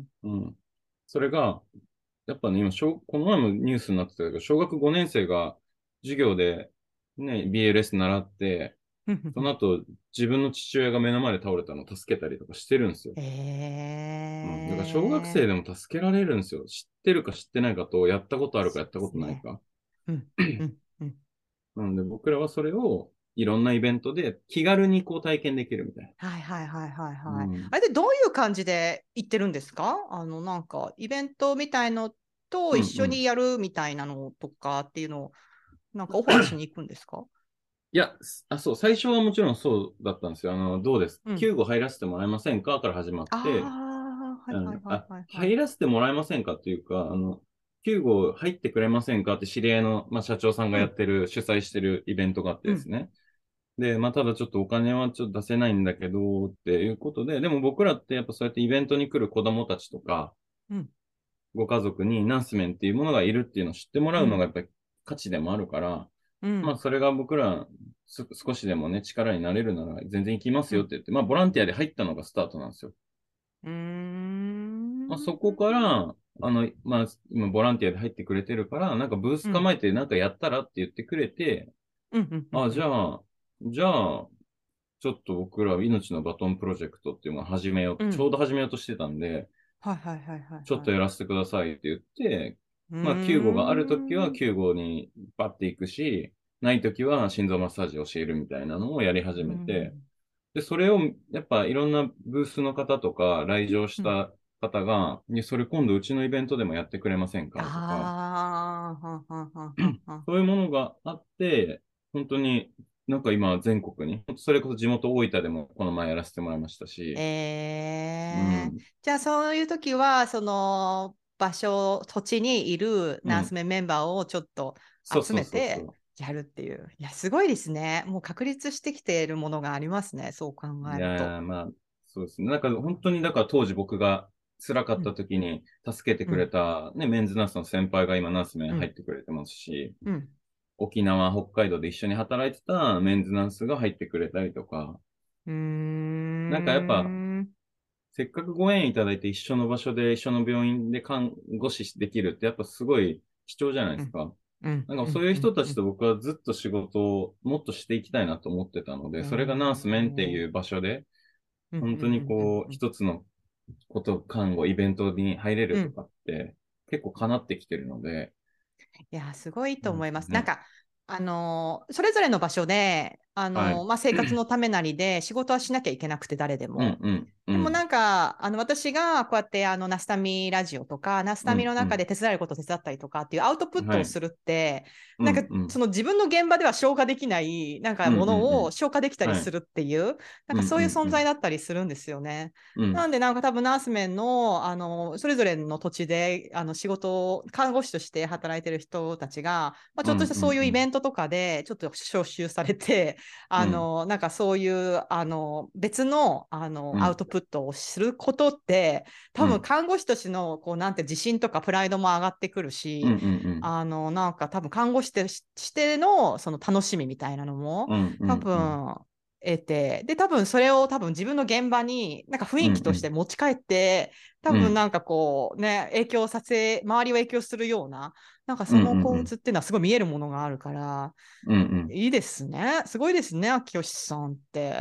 [SPEAKER 4] うん。それが、やっぱね、今、この前もニュースになってたけど、小学5年生が授業でね、BLS 習って、
[SPEAKER 2] うん。
[SPEAKER 4] その後自分の父親が目の前で倒れたのを助けたりとかしてるんですよ。うん。だから小学生でも助けられるんですよ。知ってるか知ってないかと、やったことあるかやったこ
[SPEAKER 2] ですね。
[SPEAKER 4] とないか。
[SPEAKER 2] うん。うん。うん。
[SPEAKER 4] なので僕らはそれをいろんなイベントで気軽にこう体験できるみたい
[SPEAKER 2] はい、はい、はい、はい、
[SPEAKER 4] な。
[SPEAKER 2] はい。
[SPEAKER 4] うん。
[SPEAKER 2] あれでどういう感じで行ってるんですか？なんか、イベントみたいのと
[SPEAKER 4] うん
[SPEAKER 2] 一緒
[SPEAKER 4] うん。
[SPEAKER 2] にやるみたいなのとかっていうのを、なんかオファーしに行くんですか？
[SPEAKER 4] いや、そう、最初はもちろんそうだったんですよ。どうです
[SPEAKER 2] うん。
[SPEAKER 4] 救護入らせてもらえませんかから始まっ
[SPEAKER 2] あ
[SPEAKER 4] て、
[SPEAKER 2] あ、はい、はい、はい、はい、はい。
[SPEAKER 4] 入らせてもらえませんかっていうか、救護入ってくれませんかって知り合いの、まあ、社長さんが
[SPEAKER 2] うん、
[SPEAKER 4] やってる、主催してるイベントがあって
[SPEAKER 2] うん、
[SPEAKER 4] ですね。で、まあ、ただちょっとお金はちょっと出せないんだけど、っていうことで、でも僕らってやっぱそうやってイベントに来る子供たちとか、
[SPEAKER 2] うん、
[SPEAKER 4] ご家族にナースメンっていうものがいるっていうのを知ってもら
[SPEAKER 2] うん、
[SPEAKER 4] うのがやっぱり価値でもあるから、まあ、
[SPEAKER 2] うん、
[SPEAKER 4] それが僕ら少しでもね、力になれるなら全然行きます
[SPEAKER 2] うん、
[SPEAKER 4] よって言って、まあ、ボランティアで入ったのがスタートなんですよ。
[SPEAKER 2] うー
[SPEAKER 4] まあ、
[SPEAKER 2] ん、
[SPEAKER 4] そこから、まあ、今ボランティアで入ってくれてるから、なんかブース
[SPEAKER 2] うん、
[SPEAKER 4] 構えてなんかやったらって言ってくれて、
[SPEAKER 2] うん、うん、
[SPEAKER 4] あ、
[SPEAKER 2] うん。
[SPEAKER 4] じゃあ、ちょっと僕ら命のバトンプロジェクトっていうのをちょうど始めようとしてたんで、
[SPEAKER 2] はい、はい、はい、はい、
[SPEAKER 4] ちょっと
[SPEAKER 2] はい。
[SPEAKER 4] やらせてくださいって言って、
[SPEAKER 2] うー
[SPEAKER 4] まあ、救護があるときは
[SPEAKER 2] ん、
[SPEAKER 4] 救護にバッて行くし、ないときは心臓マッサージを教えるみたいなのをやり始
[SPEAKER 2] う
[SPEAKER 4] めて、
[SPEAKER 2] ん、
[SPEAKER 4] で、それをやっぱいろんなブースの方とか来場し
[SPEAKER 2] うん。
[SPEAKER 4] た方が、それ今度うちのイベントでもやってくれませんかとか、
[SPEAKER 2] ああ、ははははは。
[SPEAKER 4] そういうものがあって、本当になんか今全国に、それこそ地元大分でもこの前やらせてもらいましたし、う
[SPEAKER 2] えー、
[SPEAKER 4] ん、
[SPEAKER 2] じゃあそういう時は、その土地にいる
[SPEAKER 4] うん、
[SPEAKER 2] メンバーをちょっと集
[SPEAKER 4] そうそう
[SPEAKER 2] めて
[SPEAKER 4] そうそ
[SPEAKER 2] やるっていう。いや、すごいですね。もう確立してきているものがありますね。そう考
[SPEAKER 4] う。い
[SPEAKER 2] えると。
[SPEAKER 4] やー、まあ、そうですね。なんか本当に、だから当時僕が辛かった
[SPEAKER 2] うん、
[SPEAKER 4] 時に助けてくれ
[SPEAKER 2] うん、
[SPEAKER 4] た、ね、メンズナースの先輩が今ナースメン
[SPEAKER 2] うん、
[SPEAKER 4] 入ってくれてますし、
[SPEAKER 2] うん、
[SPEAKER 4] 沖縄、北海道で一緒に働いてたメンズナースが入ってくれたりとか、
[SPEAKER 2] うー
[SPEAKER 4] なんかやっぱ、
[SPEAKER 2] ん、
[SPEAKER 4] せっかくご縁いただいて一緒の場所で一緒の病院で看護師できるってやっぱすごい貴重じゃないで
[SPEAKER 2] うん。
[SPEAKER 4] すか。 なんかそういう人たちと僕はずっと仕事をもっとしていきたいなと思ってたので、それがナースメンっていう場所で、本当にこう、一つの看護、イベントに入れるとかって、結構叶ってきてるので。
[SPEAKER 2] いや、すごいと思います。
[SPEAKER 4] ね、
[SPEAKER 2] なんか、それぞれの場所で、生活のためなりで仕事はしなきゃいけなくて、誰でも。でもなんか、私がこうやって、ナスタミラジオとか、ナスタミの中で手伝えることを手伝ったりとかっていうアウトプットをするって、なんか、その自分の現場では消化できない、なんかものを消化できたりするっていう、なんかそういう存在だったりするんですよね。なんで、なんか多分ナースメンの、それぞれの土地で、仕事を、看護師として働いてる人たちが、ちょっとしたそういうイベントとかで、ちょっと招集されて、なんかそういう、別の、アウトプットをすることって、多分看護師としての、こう、なんて自信とかプライドも上がってくるし、なんか多分看護師としての、その楽しみみたいなのも、多分、得て、で、多分それを自分の現場になんか雰囲気として持ち帰って、多分なんかこうね、周りを影響するような、なんかその構図っていうのはすごい見えるものがあるから、いいですね。すごいですね、秋吉さんって。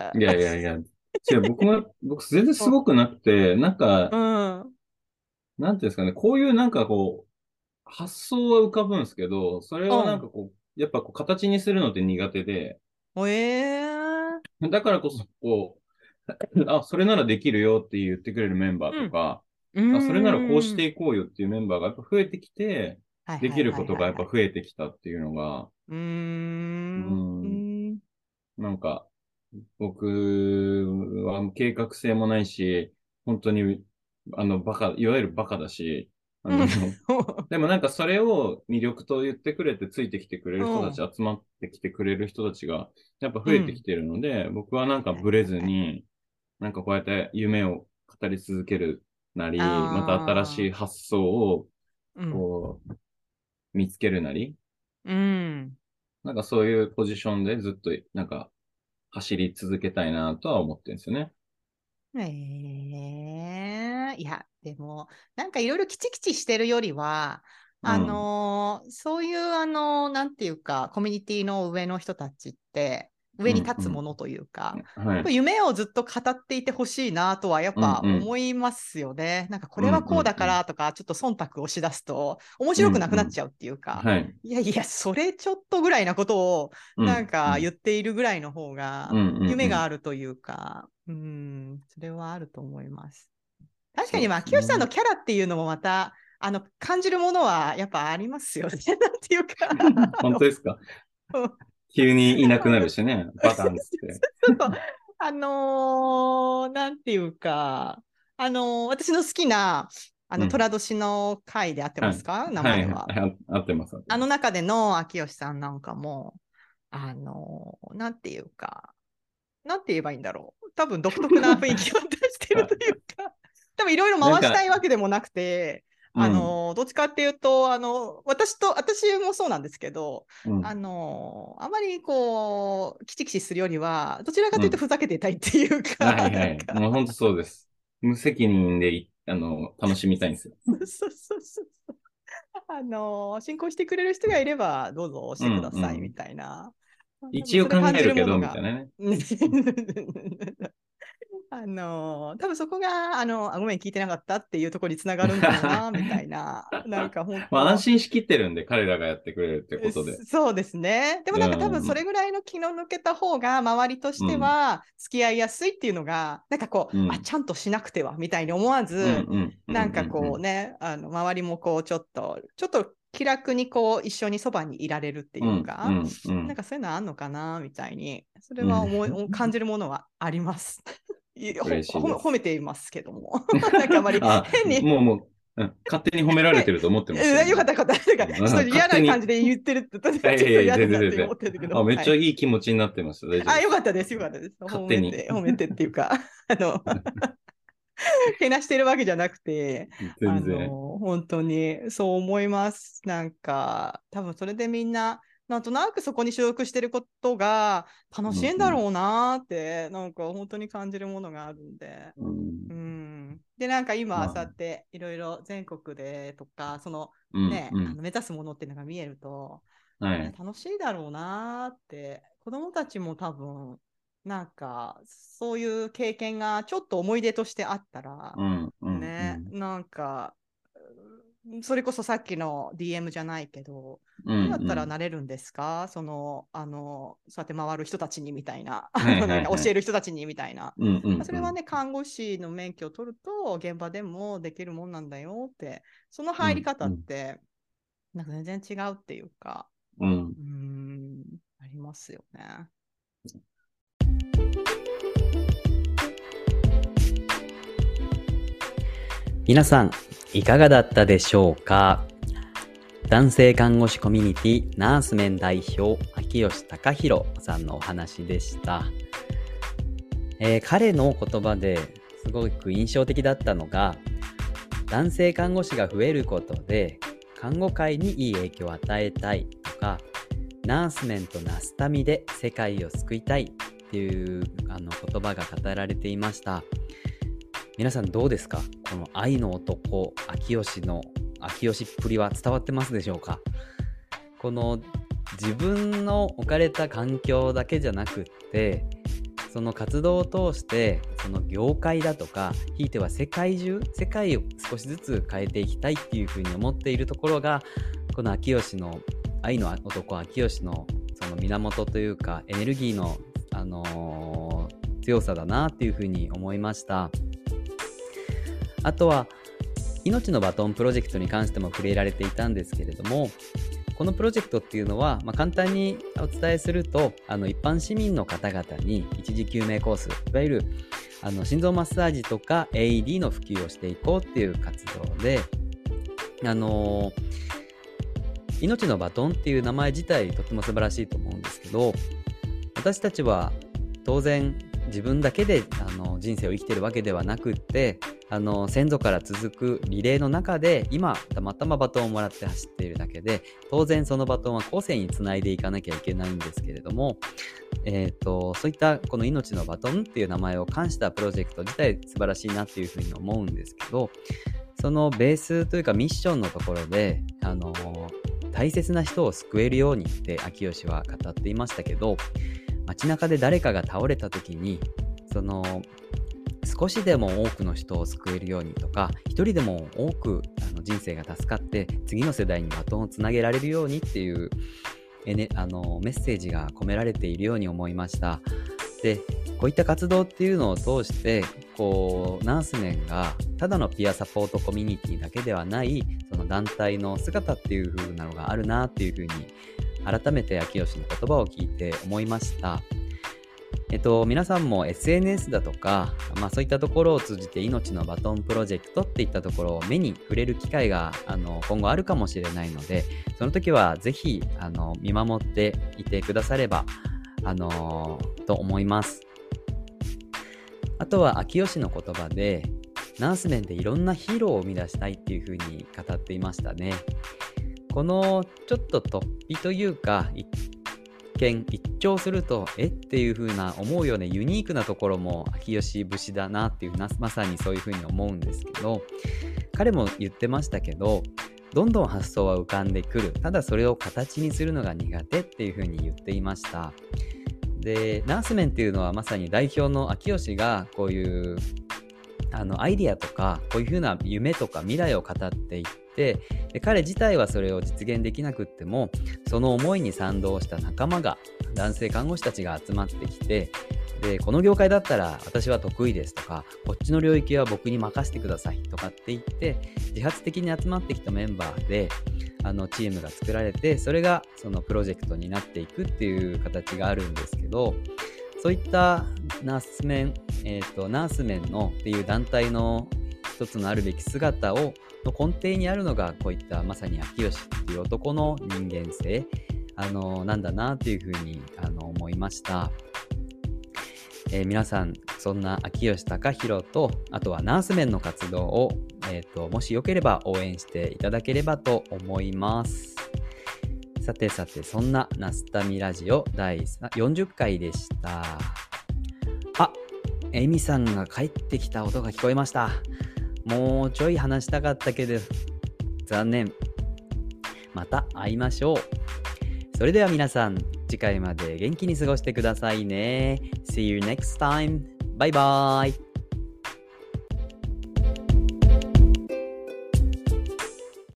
[SPEAKER 4] いやいやいや。違う、僕全然すごくなくて、なんか、なんていうんですかね、こういうなんかこう、発想は浮かぶんですけど、それをなんかこう、やっぱこう形にするのって苦手で、だからこそ、こう、あ、それならできるよって言ってくれるメンバーとか、あ、それならこうしていこうよっていうメンバーがやっぱ増えてきて、できることがやっぱ増えてきたっていうのが、なんか、僕は計画性もないし、本当に、いわゆるバカだし、でもなんかそれを魅力と言ってくれてついてきてくれる人たち、集まってきてくれる人たちが、やっぱ増えてきてるので、僕はなんかブレずに、なんかこうやって夢を語り続けるなり、また新しい発想を、こう、見つけるなり、なんかそういうポジションでずっと、なんか、走り続けたいなとは思ってるんですよね。
[SPEAKER 2] いや、でも、なんかいろいろキチキチしてるよりは、そういう、なんていうか、コミュニティの上の人たちって、上に立つものというか、やっぱ夢をずっと語っていてほしいなとはやっぱ思いますよね。なんかこれはこうだからとか、ちょっと忖度をしだすと面白くなくなっちゃうっていうか、いやいや、それちょっとぐらいなことをなんか言っているぐらいの方が夢があるというか、それはあると思います。確かに、清さんのキャラっていうのもまた、感じるものはやっぱありますよね。なんていうか。
[SPEAKER 4] 本当ですか？急にいなくなるしね、バタンって。
[SPEAKER 2] なんていうか、私の好きな、寅年の回で合ってますか、名前は。
[SPEAKER 4] 合ってます。
[SPEAKER 2] 中での秋吉さんなんかも、なんていうか、なんて言えばいいんだろう。多分独特な雰囲気を出してるというか、多分いろいろ回したいわけでもなくて、どっちかっていうと、私もそうなんですけど、あまりこう、キチキチするよりは、どちらかというとふざけていたいっていうか、
[SPEAKER 4] もう本当そうです。無責任で、楽しみたいんですよ。
[SPEAKER 2] そう。進行してくれる人がいれば、どうぞ押してくださいみたいな。
[SPEAKER 4] 一応考えるけど、みたいなね。
[SPEAKER 2] 多分そこが、ごめん、聞いてなかったっていうところにつながるんだろうな、みたいな。なんか本当。
[SPEAKER 4] 安心しきってるんで、彼らがやってくれるってことで。
[SPEAKER 2] そうですね。でもなんか多分それぐらいの気の抜けた方が、周りとしては付き合いやすいっていうのが、なんかこう、ちゃんとしなくては、みたいに思わず、なんかこうね、周りもこう、ちょっと気楽にこう、一緒にそばにいられるっていうか、なんかそういうのあんのかな、みたいに、それは感じるものはあります。褒めていますけども。なんかあまり変に。
[SPEAKER 4] もう、勝手に褒められてると思ってました。
[SPEAKER 2] よかった。ちょっと嫌な感じで言ってるって、ちょっと嫌だなって思ってるけど。
[SPEAKER 4] めっちゃいい気持ちになってました。大丈夫。
[SPEAKER 2] よかったです。
[SPEAKER 4] 勝手に。
[SPEAKER 2] 褒めてっていうか、けなしてるわけじゃなくて、本当にそう思います。なんか、多分それでみんな、なんとなくそこに所属してることが楽しいんだろうなって、なんか本当に感じるものがあるんで。で、なんか今、そうやっていろいろ全国でとか、そのね、目指すものっていうのが見えると、楽しいだろうなって、子供たちも多分、なんか、そういう経験がちょっと思い出としてあったら、ね、なんか、それこそさっきの DM じゃないけど、どうやったらなれるんですか、そうやって回る人たちにみたいな、教える人たちにみたいな。それはね、看護師の免許を取ると、現場でもできるもんなんだよって、その入り方って、なんか全然違うっていうか、ありますよね。
[SPEAKER 3] 皆さんいかがだったでしょうか。男性看護師コミュニティナースメン代表秋吉隆弘さんのお話でした。彼の言葉ですごく印象的だったのが、男性看護師が増えることで看護界にいい影響を与えたいとか、ナースメンとナスタミで世界を救いたいっていう言葉が語られていました。皆さんどうですか？この愛の男秋吉っぷりは伝わってますでしょうか？この自分の置かれた環境だけじゃなくって、その活動を通してその業界だとか、ひいては世界を少しずつ変えていきたいっていうふうに思っているところが、この秋吉の愛の男秋吉のその源というかエネルギーの、強さだなっていうふうに思いました。あとは命のバトンプロジェクトに関しても触れられていたんですけれども、このプロジェクトっていうのは、簡単にお伝えすると、一般市民の方々に一時救命コース、いわゆる心臓マッサージとか AED の普及をしていこうっていう活動で、命のバトンっていう名前自体とても素晴らしいと思うんですけど、私たちは当然自分だけで人生を生きているわけではなくって、先祖から続くリレーの中で今たまたまバトンをもらって走っているだけで、当然そのバトンは後世につないでいかなきゃいけないんですけれども、そういったこの命のバトンっていう名前を冠したプロジェクト自体素晴らしいなっていうふうに思うんですけど、そのベースというかミッションのところで大切な人を救えるようにって秋吉は語っていましたけど、街中で誰かが倒れた時に少しでも多くの人を救えるようにとか、一人でも多く人生が助かって次の世代にバトンをつなげられるようにっていうメッセージが込められているように思いました。で、こういった活動っていうのを通してナースメンがただのピアサポートコミュニティだけではない、その団体の姿っていう風なのがあるなっていう風に改めて秋吉の言葉を聞いて思いました。皆さんも SNS だとか、そういったところを通じて命のバトンプロジェクトっていったところを目に触れる機会が今後あるかもしれないので、その時はぜひ見守っていてくださればと思います。あとは秋吉の言葉で、ナースメンでいろんなヒーローを生み出したいっていうふうに語っていましたね。このちょっと突飛というか一聴するとっていう風な思うようなユニークなところも秋吉節だなっていうまさにそういう風に思うんですけど、彼も言ってましたけど、どんどん発想は浮かんでくる、ただそれを形にするのが苦手っていう風に言っていました。で、ナースメンっていうのはまさに代表の秋吉がこういうアイディアとかこういう風な夢とか未来を語っていって、で彼自体はそれを実現できなくっても、その思いに賛同した仲間が、男性看護師たちが集まってきて、でこの業界だったら私は得意ですとか、こっちの領域は僕に任せてくださいとかって言って自発的に集まってきたメンバーでチームが作られて、それがそのプロジェクトになっていくっていう形があるんですけど、そういったナースメンのっていう団体の一つのあるべき姿の根底にあるのが、こういったまさに秋吉っていう男の人間性なんだなっていうふうに思いました。皆さんそんな秋吉隆弘と、あとはナースメンの活動を、もしよければ応援していただければと思います。さてそんなナスタミラジオ第40回でした。エミさんが帰ってきた音が聞こえました。もうちょい話したかったけど残念。 また会いましょう。それでは皆さん、次回まで元気に過ごしてくださいね。See you next time. Bye bye.